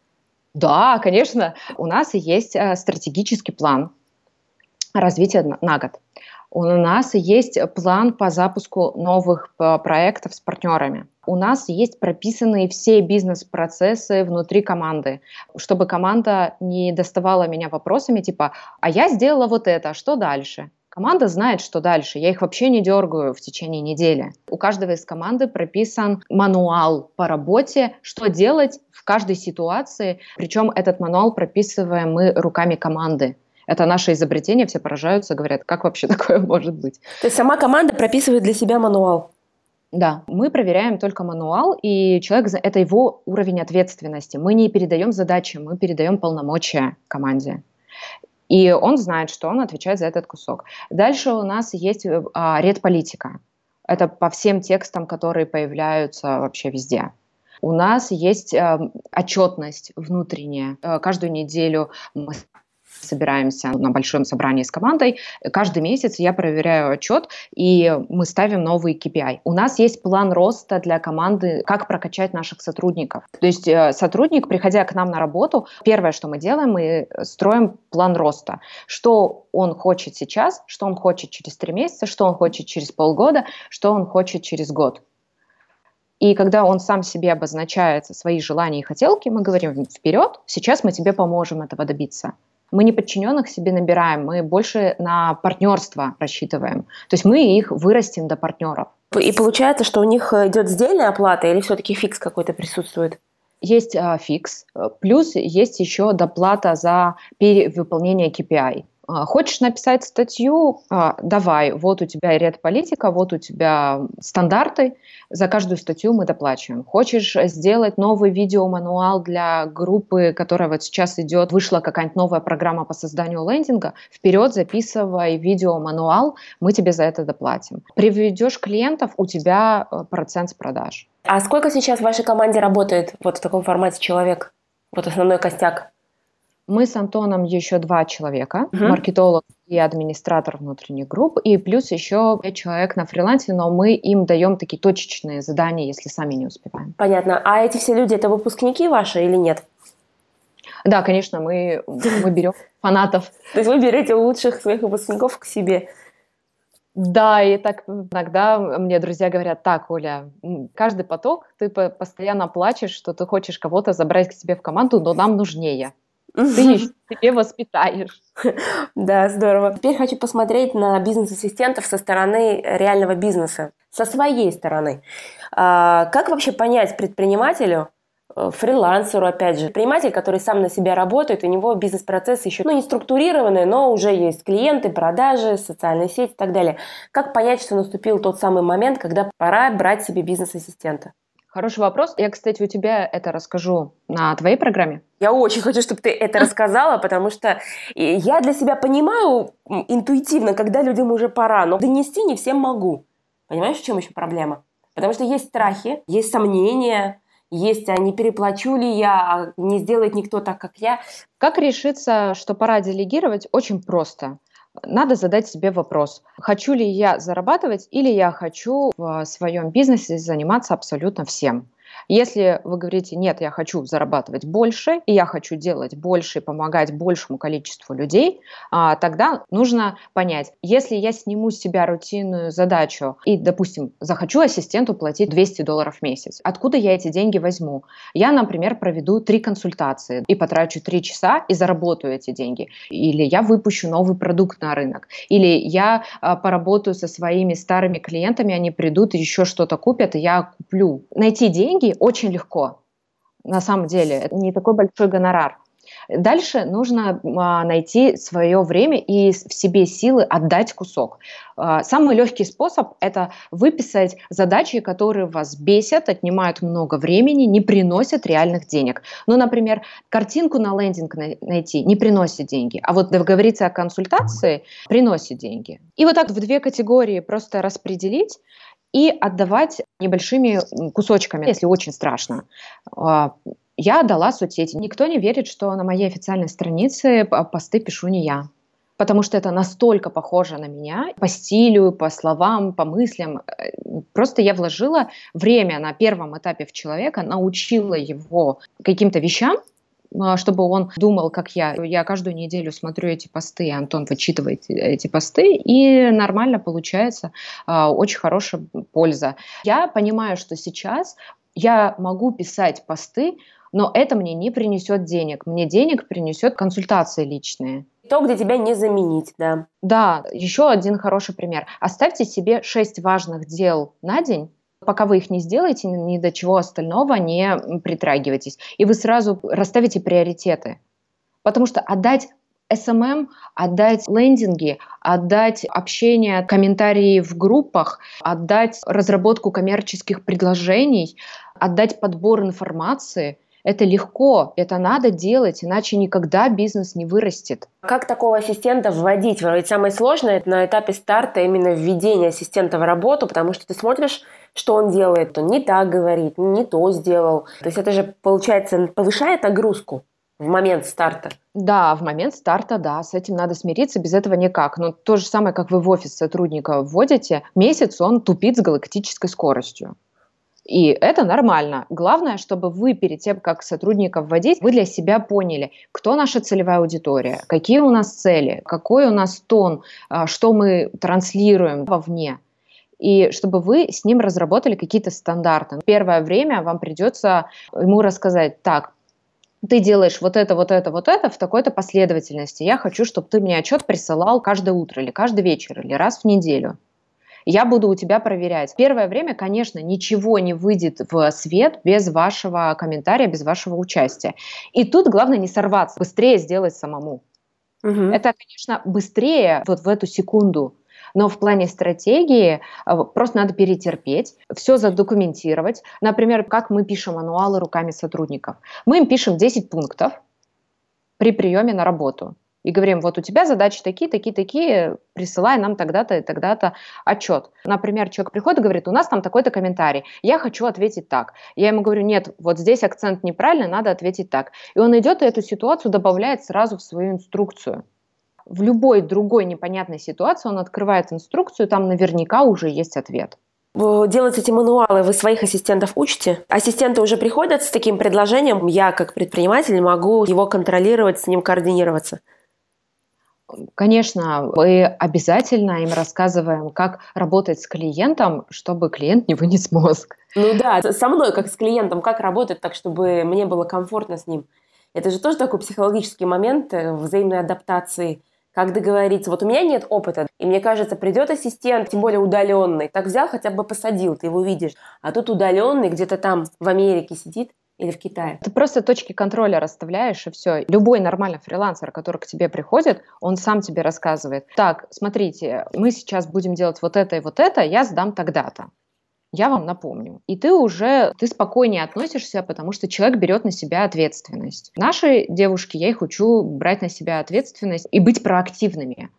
Да, конечно. У нас есть стратегический план развития на год. У нас есть план по запуску новых проектов с партнерами. У нас есть прописанные все бизнес-процессы внутри команды, чтобы команда не доставала меня вопросами типа «А я сделала вот это, а что дальше?» Команда знает, что дальше. Я их вообще не дергаю в течение недели. У каждого из команды прописан мануал по работе, что делать в каждой ситуации. Причем этот мануал прописываем мы руками команды. Это наше изобретение, все поражаются, говорят, как вообще такое может быть. То есть сама команда прописывает для себя мануал? Да, мы проверяем только мануал, и человек, это его уровень ответственности. Мы не передаем задачи, мы передаем полномочия команде. И он знает, что он отвечает за этот кусок. Дальше у нас есть редполитика. Это по всем текстам, которые появляются вообще везде. У нас есть отчетность внутренняя. Каждую неделю мы собираемся на большом собрании с командой. Каждый месяц я проверяю отчет, и мы ставим новый KPI. У нас есть план роста для команды, как прокачать наших сотрудников. То есть сотрудник, приходя к нам на работу, первое, что мы делаем, мы строим план роста. Что он хочет сейчас, что он хочет через 3 месяца, что он хочет через полгода, что он хочет через год. И когда он сам себе обозначает свои желания и хотелки, мы говорим: вперед, сейчас мы тебе поможем этого добиться. Мы не подчиненных себе набираем, мы больше на партнерство рассчитываем. То есть мы их вырастим до партнеров. И получается, что у них идет сдельная оплата или все-таки фикс какой-то присутствует? Есть фикс, плюс есть еще доплата за перевыполнение KPI. Хочешь написать статью? Давай, вот у тебя редполитика, вот у тебя стандарты, за каждую статью мы доплачиваем. Хочешь сделать новый видеомануал для группы, которая вот сейчас идет, вышла какая-нибудь новая программа по созданию лендинга, вперед записывай видеомануал, мы тебе за это доплатим. Приведешь клиентов, у тебя процент с продаж. А сколько сейчас в вашей команде работает вот в таком формате человек? Вот основной костяк. Мы с Антоном еще 2 человека, маркетолог и администратор внутренних групп, и плюс еще 5 человек на фрилансе, но мы им даем такие точечные задания, если сами не успеваем. Понятно. А эти все люди, это выпускники ваши или нет? Да, конечно, мы берем фанатов. То есть вы берете лучших своих выпускников к себе? Да, и так иногда мне друзья говорят: так, Оля, каждый поток, ты постоянно плачешь, что ты хочешь кого-то забрать к себе в команду, но нам нужнее. Ты еще себе воспитаешь. Да, здорово. Теперь хочу посмотреть на бизнес-ассистентов со стороны реального бизнеса, со своей стороны. Как вообще понять предпринимателю, фрилансеру, опять же, предприниматель, который сам на себя работает, у него бизнес-процессы еще не структурированные, но уже есть клиенты, продажи, социальные сети и так далее. Как понять, что наступил тот самый момент, когда пора брать себе бизнес-ассистента? Хороший вопрос. Я, кстати, у тебя это расскажу на твоей программе. Я очень хочу, чтобы ты это рассказала, потому что я для себя понимаю интуитивно, когда людям уже пора, но донести не всем могу. Понимаешь, в чем еще проблема? Потому что есть страхи, есть сомнения, есть, а не переплачу ли я, а не сделает никто так, как я. Как решиться, что пора делегировать? Очень просто. Надо задать себе вопрос: хочу ли я зарабатывать или я хочу в своем бизнесе заниматься абсолютно всем. Если вы говорите: нет, я хочу зарабатывать больше, и я хочу делать больше и помогать большему количеству людей, тогда нужно понять, если я сниму с себя рутинную задачу и, допустим, захочу ассистенту платить $200 в месяц, откуда я эти деньги возьму? Я, например, проведу 3 консультации и потрачу 3 часа и заработаю эти деньги. Или я выпущу новый продукт на рынок. Или я поработаю со своими старыми клиентами, они придут и еще что-то купят, и я куплю. Найти деньги очень легко. На самом деле, это не такой большой гонорар. Дальше нужно найти свое время и в себе силы отдать кусок. Самый легкий способ – это выписать задачи, которые вас бесят, отнимают много времени, не приносят реальных денег. Ну, например, картинку на лендинг найти не приносит деньги, а вот договориться о консультации приносит деньги. И вот так в две категории просто распределить и отдавать небольшими кусочками, если очень страшно. Я отдала соцсети. Никто не верит, что на моей официальной странице посты пишу не я. Потому что это настолько похоже на меня по стилю, по словам, по мыслям. Просто я вложила время на первом этапе в человека, научила его каким-то вещам, чтобы он думал, как я. Я каждую неделю смотрю эти посты, Антон вычитывает эти посты, и нормально получается, очень хорошая польза. Я понимаю, что сейчас я могу писать посты, но это мне не принесет денег. Мне денег принесет консультации личные. То, где тебя не заменить, да. Да, еще один хороший пример. Оставьте себе 6 важных дел на день. Пока вы их не сделаете, ни до чего остального не притрагивайтесь. И вы сразу расставите приоритеты. Потому что отдать SMM, отдать лендинги, отдать общение, комментарии в группах, отдать разработку коммерческих предложений, отдать подбор информации – это легко, это надо делать, иначе никогда бизнес не вырастет. Как такого ассистента вводить? Ведь самое сложное на этапе старта именно введение ассистента в работу, потому что ты смотришь, что он делает, он не так говорит, не то сделал. То есть это же, получается, повышает нагрузку в момент старта. Да, в момент старта, да, с этим надо смириться, без этого никак. Но то же самое, как вы в офис сотрудника вводите, месяц он тупит с галактической скоростью. И это нормально. Главное, чтобы вы перед тем, как сотрудника вводить, вы для себя поняли, кто наша целевая аудитория, какие у нас цели, какой у нас тон, что мы транслируем вовне. И чтобы вы с ним разработали какие-то стандарты. Первое время вам придется ему рассказать: так, ты делаешь вот это, вот это, вот это в такой-то последовательности. Я хочу, чтобы ты мне отчет присылал каждое утро или каждый вечер или раз в неделю. Я буду у тебя проверять. Первое время, конечно, ничего не выйдет в свет без вашего комментария, без вашего участия. И тут главное не сорваться, быстрее сделать самому. Это, конечно, быстрее вот в эту секунду. Но в плане стратегии просто надо перетерпеть, все задокументировать. Например, как мы пишем мануалы руками сотрудников. Мы им пишем 10 пунктов при приеме на работу. И говорим: вот у тебя задачи такие, такие, такие, присылай нам тогда-то и тогда-то отчет. Например, человек приходит и говорит: у нас там такой-то комментарий, я хочу ответить так. Я ему говорю: нет, вот здесь акцент неправильный, надо ответить так. И он идет и эту ситуацию добавляет сразу в свою инструкцию. В любой другой непонятной ситуации он открывает инструкцию, там наверняка уже есть ответ. Делать эти мануалы вы своих ассистентов учите? Ассистенты уже приходят с таким предложением: я как предприниматель могу его контролировать, с ним координироваться? Конечно, мы обязательно им рассказываем, как работать с клиентом, чтобы клиент не вынес мозг. Ну да, со мной, как с клиентом, как работать так, чтобы мне было комфортно с ним. Это же тоже такой психологический момент взаимной адаптации. Как договориться? Вот у меня нет опыта, и мне кажется, придет ассистент, тем более удаленный, так взял, хотя бы посадил, ты его видишь. А тут удаленный где-то там в Америке сидит или в Китае. Ты просто точки контроля расставляешь, и все. Любой нормальный фрилансер, который к тебе приходит, он сам тебе рассказывает: так, смотрите, мы сейчас будем делать вот это, я сдам тогда-то. Я вам напомню. И ты спокойнее относишься, потому что человек берет на себя ответственность. Наши девушки, я их учу брать на себя ответственность и быть проактивными.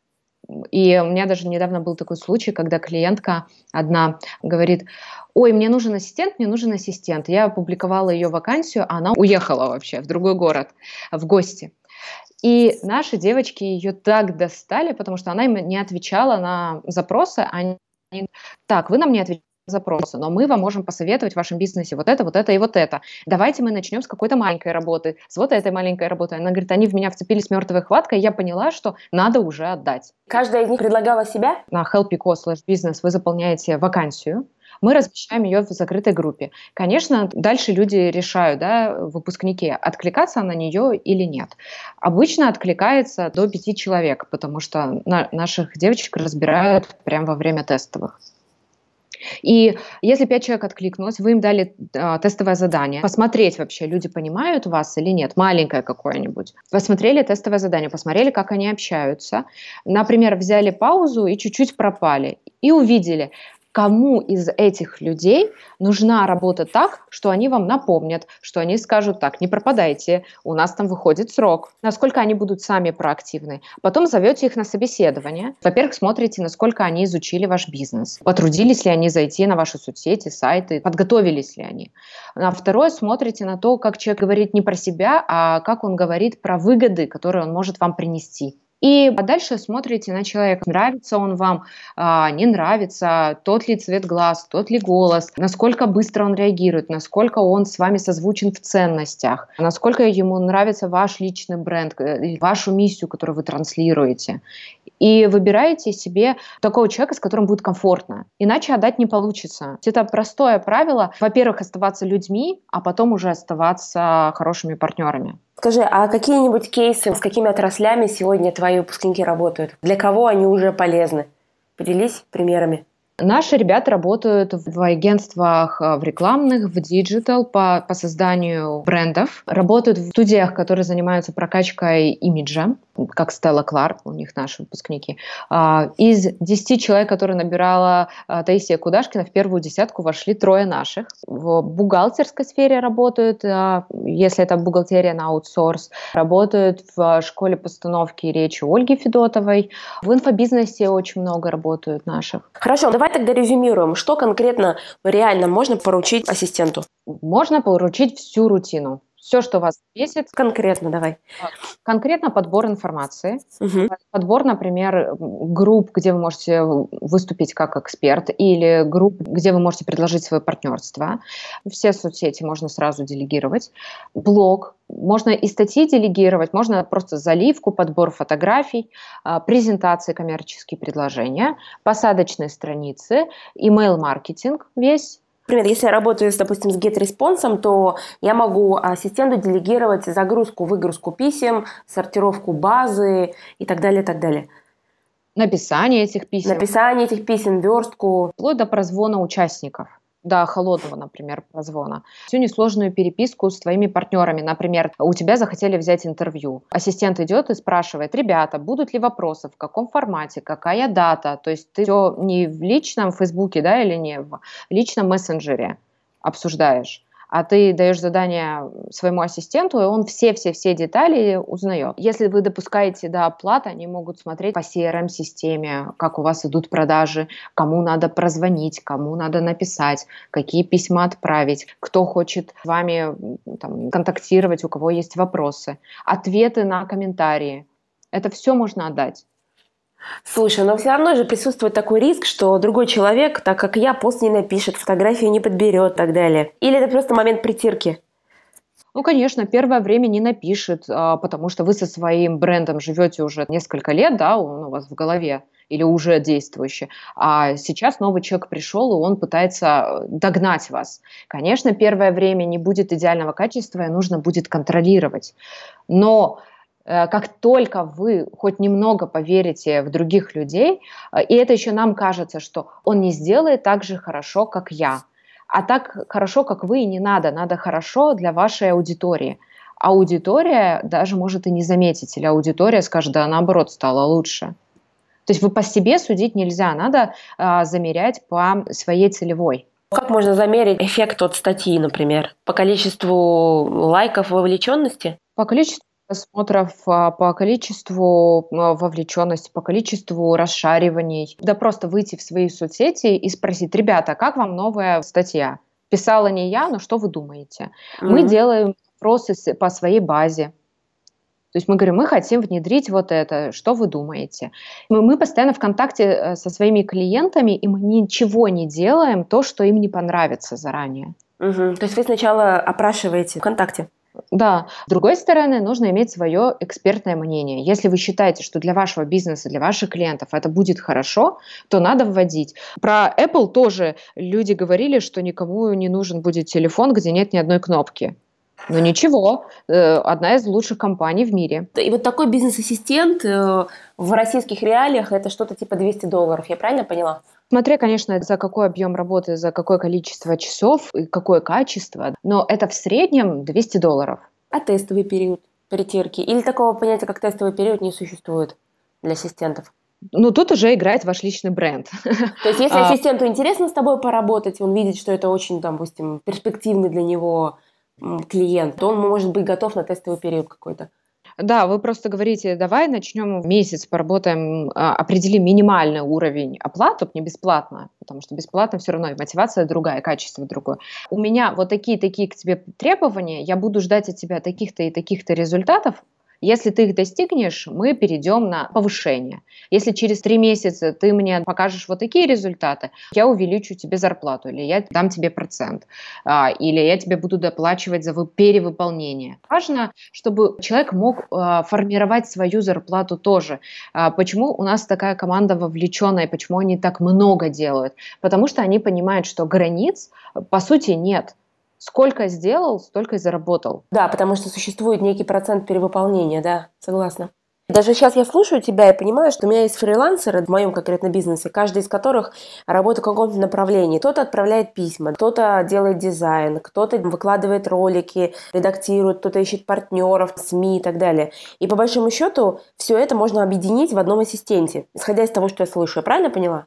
И у меня даже недавно был такой случай, когда клиентка одна говорит: ой, мне нужен ассистент, мне нужен ассистент. Я опубликовала ее вакансию, а она уехала вообще в другой город в гости. И наши девочки ее так достали, потому что она им не отвечала на запросы. Они: так, вы нам не отвечаете на запросы, но мы вам можем посоветовать в вашем бизнесе вот это и вот это. Давайте мы начнем с какой-то маленькой работы, с вот этой маленькой работы. Она говорит: они в меня вцепились мертвой хваткой, и я поняла, что надо уже отдать. Каждая из них предлагала себя? На helpiko/business вы заполняете вакансию, мы размещаем ее в закрытой группе. Конечно, дальше люди решают, да, выпускники, откликаться на нее или нет. Обычно откликается до 5 человек, потому что наших девочек разбирают прямо во время тестовых. И если 5 человек откликнулось, вы им дали тестовое задание, посмотреть вообще, люди понимают вас или нет, маленькое какое-нибудь. Посмотрели тестовое задание, посмотрели, как они общаются. Например, взяли паузу и чуть-чуть пропали. И увидели, кому из этих людей нужна работа так, что они вам напомнят, что они скажут так: не пропадайте, у нас там выходит срок. Насколько они будут сами проактивны. Потом зовете их на собеседование. Во-первых, смотрите, насколько они изучили ваш бизнес. Потрудились ли они зайти на ваши соцсети, сайты, подготовились ли они. А второе, смотрите на то, как человек говорит не про себя, а как он говорит про выгоды, которые он может вам принести. И дальше смотрите на человека, нравится он вам, не нравится, тот ли цвет глаз, тот ли голос, насколько быстро он реагирует, насколько он с вами созвучен в ценностях, насколько ему нравится ваш личный бренд, вашу миссию, которую вы транслируете. И выбираете себе такого человека, с которым будет комфортно. Иначе отдать не получится. Это простое правило. Во-первых, оставаться людьми, а потом уже оставаться хорошими партнерами. Скажи, а какие-нибудь кейсы, с какими отраслями сегодня твои выпускники работают? Для кого они уже полезны? Поделись примерами. Наши ребята работают в агентствах, в рекламных, в диджитал по созданию брендов. Работают в студиях, которые занимаются прокачкой имиджа, как Стелла Кларк, у них наши выпускники. Из 10 человек, которые набирала Таисия Кудашкина, в первую десятку вошли 3 наших. В бухгалтерской сфере работают, если это бухгалтерия на аутсорс. Работают в школе постановки речи Ольги Федотовой. В инфобизнесе очень много работают наших. Хорошо, давай тогда резюмируем. Что конкретно реально можно поручить ассистенту? Можно поручить всю рутину. Все, что вас бесит. Конкретно давай. Конкретно подбор информации. Угу. Подбор, например, групп, где вы можете выступить как эксперт, или групп, где вы можете предложить свое партнерство. Все соцсети можно сразу делегировать. Блог. Можно и статьи делегировать, можно просто заливку, подбор фотографий, презентации, коммерческие предложения, посадочные страницы, email-маркетинг весь. Например, если я работаю, допустим, с GetResponse, то я могу ассистенту делегировать загрузку, выгрузку писем, сортировку базы и так далее, и так далее. Написание этих писем. Верстку. Вплоть до прозвона участников. До холодного, например, прозвона. Всю несложную переписку с твоими партнерами. Например, у тебя захотели взять интервью. Ассистент идет и спрашивает: ребята, будут ли вопросы, в каком формате, какая дата? То есть ты все не в личном Фейсбуке, да, или не в личном мессенджере обсуждаешь, а ты даешь задание своему ассистенту, и он все детали узнает. Если вы допускаете до оплаты, они могут смотреть по CRM-системе, как у вас идут продажи, кому надо прозвонить, кому надо написать, какие письма отправить, кто хочет с вами контактировать, у кого есть вопросы, ответы на комментарии. Это все можно отдать. Слушай, но все равно же присутствует такой риск, что другой человек, так как я, пост не напишет, фотографию не подберет и так далее. Или это просто момент притирки? Ну, конечно, первое время не напишет, потому что вы со своим брендом живете уже несколько лет, да, он у вас в голове или уже действующий. А сейчас новый человек пришел, и он пытается догнать вас. Конечно, первое время не будет идеального качества, и нужно будет контролировать. Но как только вы хоть немного поверите в других людей, и это еще нам кажется, что он не сделает так же хорошо, как я, а так хорошо, как вы, и не надо. Надо хорошо для вашей аудитории. Аудитория даже может и не заметить, или аудитория скажет: да, наоборот, стало лучше. То есть вы по себе судить нельзя, надо замерять по своей целевой. Как можно замерить эффект от статьи, например? По количеству лайков, вовлеченности? По количеству просмотров, по количеству вовлеченности, по количеству расшариваний. Да просто выйти в свои соцсети и спросить: ребята, как вам новая статья? Писала не я, но что вы думаете? Мы делаем опросы по своей базе. То есть мы говорим: мы хотим внедрить вот это, что вы думаете? Мы постоянно в контакте со своими клиентами, и мы ничего не делаем, то, что им не понравится заранее. То есть вы сначала опрашиваете ВКонтакте? Да. С другой стороны, нужно иметь свое экспертное мнение. Если вы считаете, что для вашего бизнеса, для ваших клиентов это будет хорошо, то надо вводить. Про Apple тоже люди говорили, что никому не нужен будет телефон, где нет ни одной кнопки. Но ничего, одна из лучших компаний в мире. И вот такой бизнес-ассистент в российских реалиях — это что-то типа $200, я правильно поняла? Смотря, конечно, за какой объем работы, за какое количество часов и какое качество, но это в среднем $200. А тестовый период притирки? Или такого понятия, как тестовый период, не существует для ассистентов? Ну, тут уже играет ваш личный бренд. То есть, если ассистенту интересно с тобой поработать, он видит, что это очень, допустим, перспективный для него клиент, то он может быть готов на тестовый период какой-то. Да, вы просто говорите, давай начнем месяц, поработаем, определим минимальный уровень оплаты, чтобы не бесплатно, потому что бесплатно все равно и мотивация другая, и качество другое. У меня вот такие к тебе требования, я буду ждать от тебя таких-то и таких-то результатов. Если ты их достигнешь, мы перейдем на повышение. Если через 3 месяца ты мне покажешь вот такие результаты, я увеличу тебе зарплату, или я дам тебе процент, или я тебе буду доплачивать за перевыполнение. Важно, чтобы человек мог формировать свою зарплату тоже. Почему у нас такая команда вовлеченная, почему они так много делают? Потому что они понимают, что границ, по сути, нет. Сколько сделал, столько и заработал. Да, потому что существует некий процент перевыполнения, да, согласна. Даже сейчас я слушаю тебя и понимаю, что у меня есть фрилансеры в моем конкретно бизнесе, каждый из которых работает в каком-то направлении. Кто-то отправляет письма, кто-то делает дизайн, кто-то выкладывает ролики, редактирует, кто-то ищет партнеров, СМИ и так далее. И по большому счету все это можно объединить в одном ассистенте, исходя из того, что я слышу. Я правильно поняла?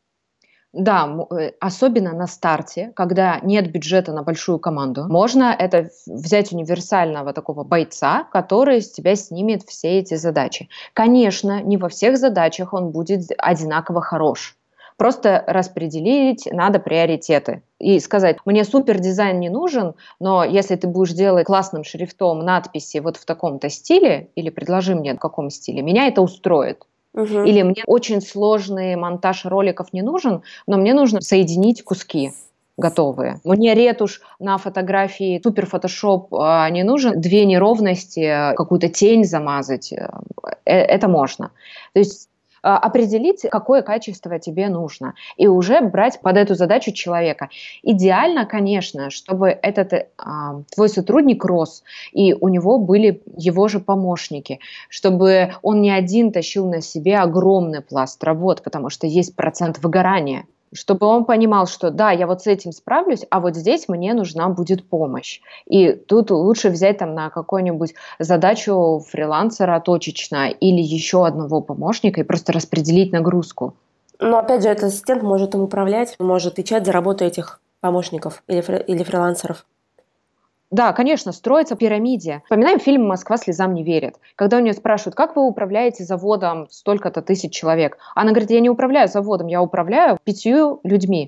Да, особенно на старте, когда нет бюджета на большую команду, можно это взять универсального такого бойца, который с тебя снимет все эти задачи. Конечно, не во всех задачах он будет одинаково хорош. Просто распределить надо приоритеты и сказать, мне супер дизайн не нужен, но если ты будешь делать классным шрифтом надписи вот в таком-то стиле, или предложи мне в каком стиле, меня это устроит. Или мне очень сложный монтаж роликов не нужен, но мне нужно соединить куски готовые. Мне ретушь на фотографии, супер фотошоп не нужен, 2 неровности, какую-то тень замазать, это можно. То есть определить, какое качество тебе нужно, и уже брать под эту задачу человека. Идеально, конечно, чтобы этот твой сотрудник рос, и у него были его же помощники, чтобы он не один тащил на себе огромный пласт работ, потому что есть процент выгорания. Чтобы он понимал, что да, я вот с этим справлюсь, а вот здесь мне нужна будет помощь. И тут лучше взять там на какую-нибудь задачу фрилансера точечно или еще одного помощника и просто распределить нагрузку. Но опять же, этот ассистент может им управлять, может отвечать за работу этих помощников или фрилансеров. Да, конечно, строится пирамиде. Вспоминаем фильм «Москва слезам не верит». Когда у нее спрашивают, как вы управляете заводом столько-то тысяч человек? Она говорит, я не управляю заводом, я управляю 5 людьми.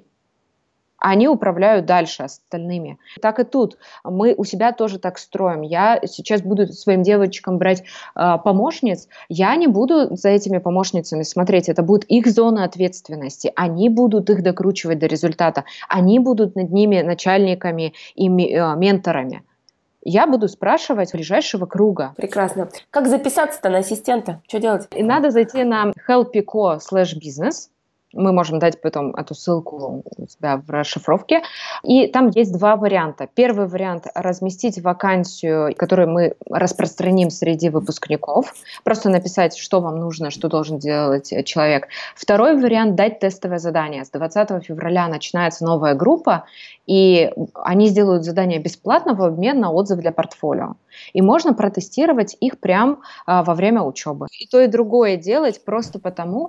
Они управляют дальше остальными. Так и тут. Мы у себя тоже так строим. Я сейчас буду своим девочкам брать помощниц. Я не буду за этими помощницами смотреть. Это будет их зона ответственности. Они будут их докручивать до результата. Они будут над ними начальниками и менторами. Я буду спрашивать ближайшего круга. Прекрасно. Как записаться-то на ассистента? Что делать? И надо зайти на helpiko/business. Мы можем дать потом эту ссылку у тебя в расшифровке. И там есть 2 варианта. Первый вариант – разместить вакансию, которую мы распространим среди выпускников. Просто написать, что вам нужно, что должен делать человек. Второй вариант – дать тестовое задание. С 20 февраля начинается новая группа, и они сделают задание бесплатно в обмен на отзыв для портфолио. И можно протестировать их прямо во время учебы. И то, и другое делать просто потому,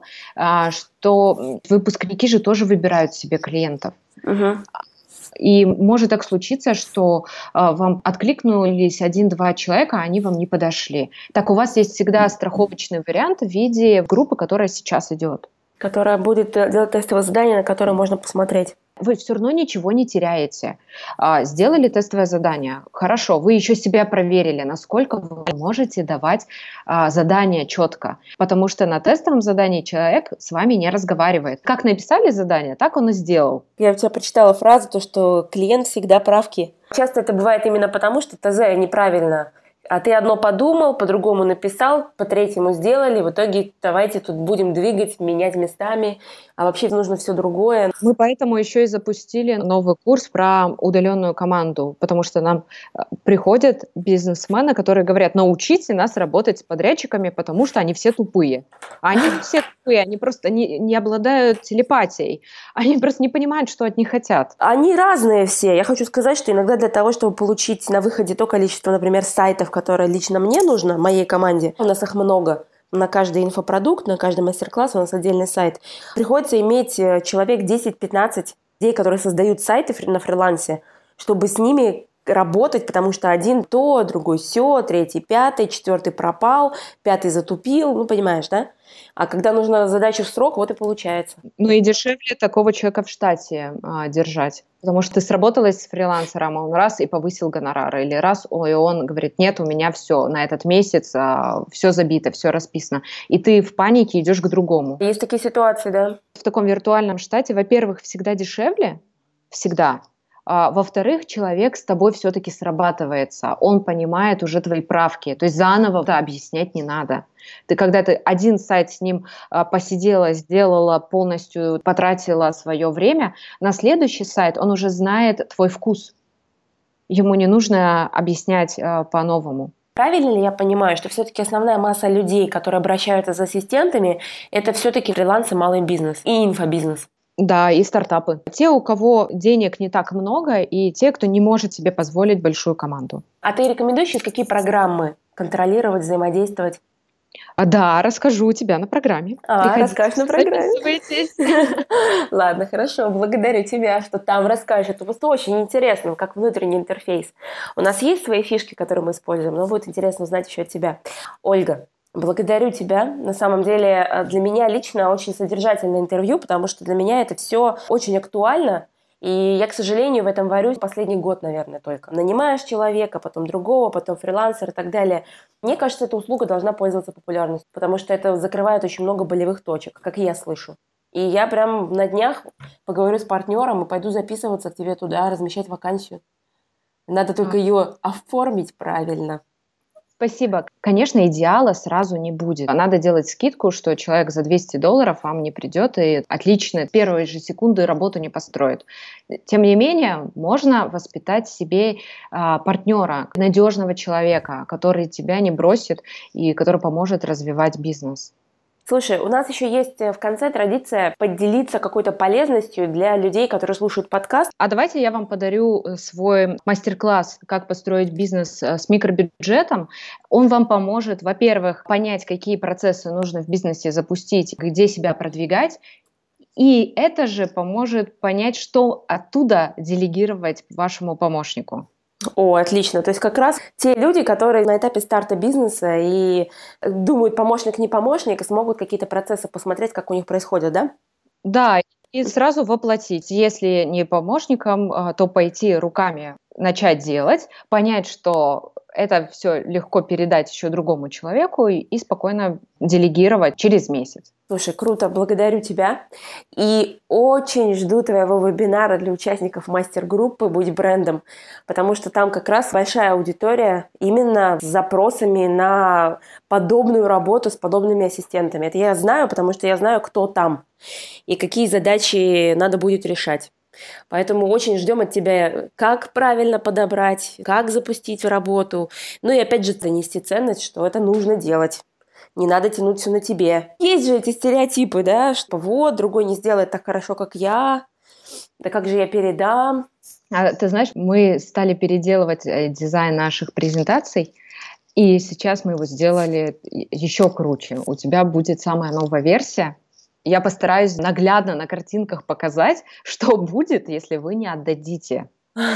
что выпускники же тоже выбирают себе клиентов. И может так случиться, что вам откликнулись 1-2 человека, а они вам не подошли. Так у вас есть всегда страховочный вариант в виде группы, которая сейчас идет. Которая будет делать тестовое задание, на которое можно посмотреть. Вы все равно ничего не теряете. Сделали тестовое задание. Хорошо, вы еще себя проверили, насколько вы можете давать задание четко. Потому что на тестовом задании человек с вами не разговаривает. Как написали задание, так он и сделал. Я у тебя прочитала фразу, то, что клиент всегда правки. Часто это бывает именно потому, что ТЗ неправильно А ты одно подумал, по-другому написал, по-третьему сделали. В итоге давайте тут будем двигать, менять местами. А вообще нужно все другое. Мы поэтому еще и запустили новый курс про удаленную команду, потому что нам приходят бизнесмены, которые говорят: научите нас работать с подрядчиками, потому что они все тупые. А они все тупые, они просто не обладают телепатией. Они просто не понимают, что от них хотят. Они разные все. Я хочу сказать, что иногда для того, чтобы получить на выходе то количество, например, сайтов, которое лично мне нужно, моей команде, у нас их много, на каждый инфопродукт, на каждый мастер-класс у нас отдельный сайт, приходится иметь человек 10-15 людей, которые создают сайты на фрилансе, чтобы с ними работать, потому что один то, другой сё, третий, пятый, четвертый пропал, пятый затупил, ну, понимаешь, да? А когда нужна задача в срок, вот и получается. Ну и дешевле такого человека в штате держать. Потому что ты сработалась с фрилансером, он раз и повысил гонорары, или раз и он говорит: нет, у меня все, на этот месяц все забито, все расписано. И ты в панике идешь к другому. Есть такие ситуации, да. В таком виртуальном штате, во-первых, всегда дешевле, всегда. Во-вторых, человек с тобой все-таки срабатывается, он понимает уже твои правки, то есть заново объяснять не надо. Когда ты один сайт с ним посидела, сделала, полностью потратила свое время, на следующий сайт он уже знает твой вкус. Ему не нужно объяснять по-новому. Правильно ли я понимаю, что все-таки основная масса людей, которые обращаются за ассистентами, это все-таки фриланс и малый бизнес, и инфобизнес? Да, и стартапы. Те, у кого денег не так много, и те, кто не может себе позволить большую команду. А ты рекомендуешь через какие программы контролировать, взаимодействовать? Да, расскажу у тебя на программе. Расскажешь на программе. Записывайтесь. Ладно, хорошо, благодарю тебя, что там расскажешь. Это просто очень интересно, как внутренний интерфейс. У нас есть свои фишки, которые мы используем, но будет интересно узнать еще от тебя. Ольга, благодарю тебя. На самом деле для меня лично очень содержательное интервью, потому что для меня это все очень актуально. И я, к сожалению, в этом варюсь последний год, наверное, только. Нанимаешь человека, потом другого, потом фрилансер и так далее. Мне кажется, эта услуга должна пользоваться популярностью, потому что это закрывает очень много болевых точек, как я слышу. И я прям на днях поговорю с партнером и пойду записываться к тебе туда, размещать вакансию. Надо только ее оформить правильно. Спасибо. Конечно, идеала сразу не будет. Надо делать скидку, что человек за $200 вам не придет и отлично первой же секунды работу не построит. Тем не менее, можно воспитать себе партнера, надежного человека, который тебя не бросит и который поможет развивать бизнес. Слушай, у нас еще есть в конце традиция поделиться какой-то полезностью для людей, которые слушают подкаст. А давайте я вам подарю свой мастер-класс «Как построить бизнес с микробюджетом». Он вам поможет, во-первых, понять, какие процессы нужно в бизнесе запустить, где себя продвигать. И это же поможет понять, что оттуда делегировать вашему помощнику. О, отлично. То есть как раз те люди, которые на этапе старта бизнеса и думают, помощник, не помощник, смогут какие-то процессы посмотреть, как у них происходит, да? Да, и сразу воплотить. Если не помощником, то пойти руками начать делать, понять, что это все легко передать еще другому человеку и спокойно делегировать через месяц. Слушай, круто, благодарю тебя. И очень жду твоего вебинара для участников мастер-группы «Будь брендом», потому что там как раз большая аудитория именно с запросами на подобную работу с подобными ассистентами. Это я знаю, потому что я знаю, кто там и какие задачи надо будет решать. Поэтому очень ждем от тебя, как правильно подобрать, как запустить в работу. Ну и опять же донести ценность, что это нужно делать. Не надо тянуть все на тебе. Есть же эти стереотипы, да, что вот, другой не сделает так хорошо, как я. Да как же я передам? Ты знаешь, мы стали переделывать дизайн наших презентаций, и сейчас мы его сделали еще круче. У тебя будет самая новая версия. Я постараюсь наглядно на картинках показать, что будет, если вы не отдадите.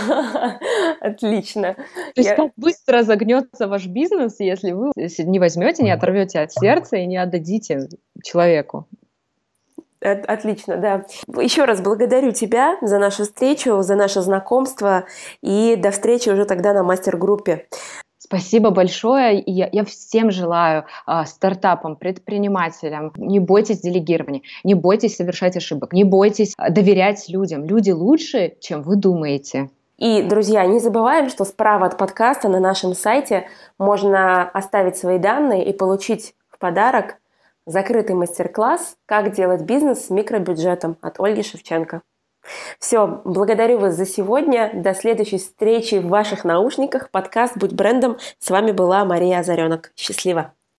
Отлично. То есть как быстро загнется ваш бизнес, если вы не возьмете, не оторвете от сердца и не отдадите человеку. Отлично, да. Еще раз благодарю тебя за нашу встречу, за наше знакомство, и до встречи уже тогда на мастер-группе. Спасибо большое. И я всем желаю, стартапам, предпринимателям, не бойтесь делегирования, не бойтесь совершать ошибок, не бойтесь доверять людям. Люди лучше, чем вы думаете. И, друзья, не забываем, что справа от подкаста на нашем сайте можно оставить свои данные и получить в подарок закрытый мастер-класс «Как делать бизнес с микробюджетом» от Ольги Шевченко. Все, благодарю вас за сегодня. До следующей встречи в ваших наушниках. Подкаст «Будь брендом». С вами была Мария Озаренок. Счастливо!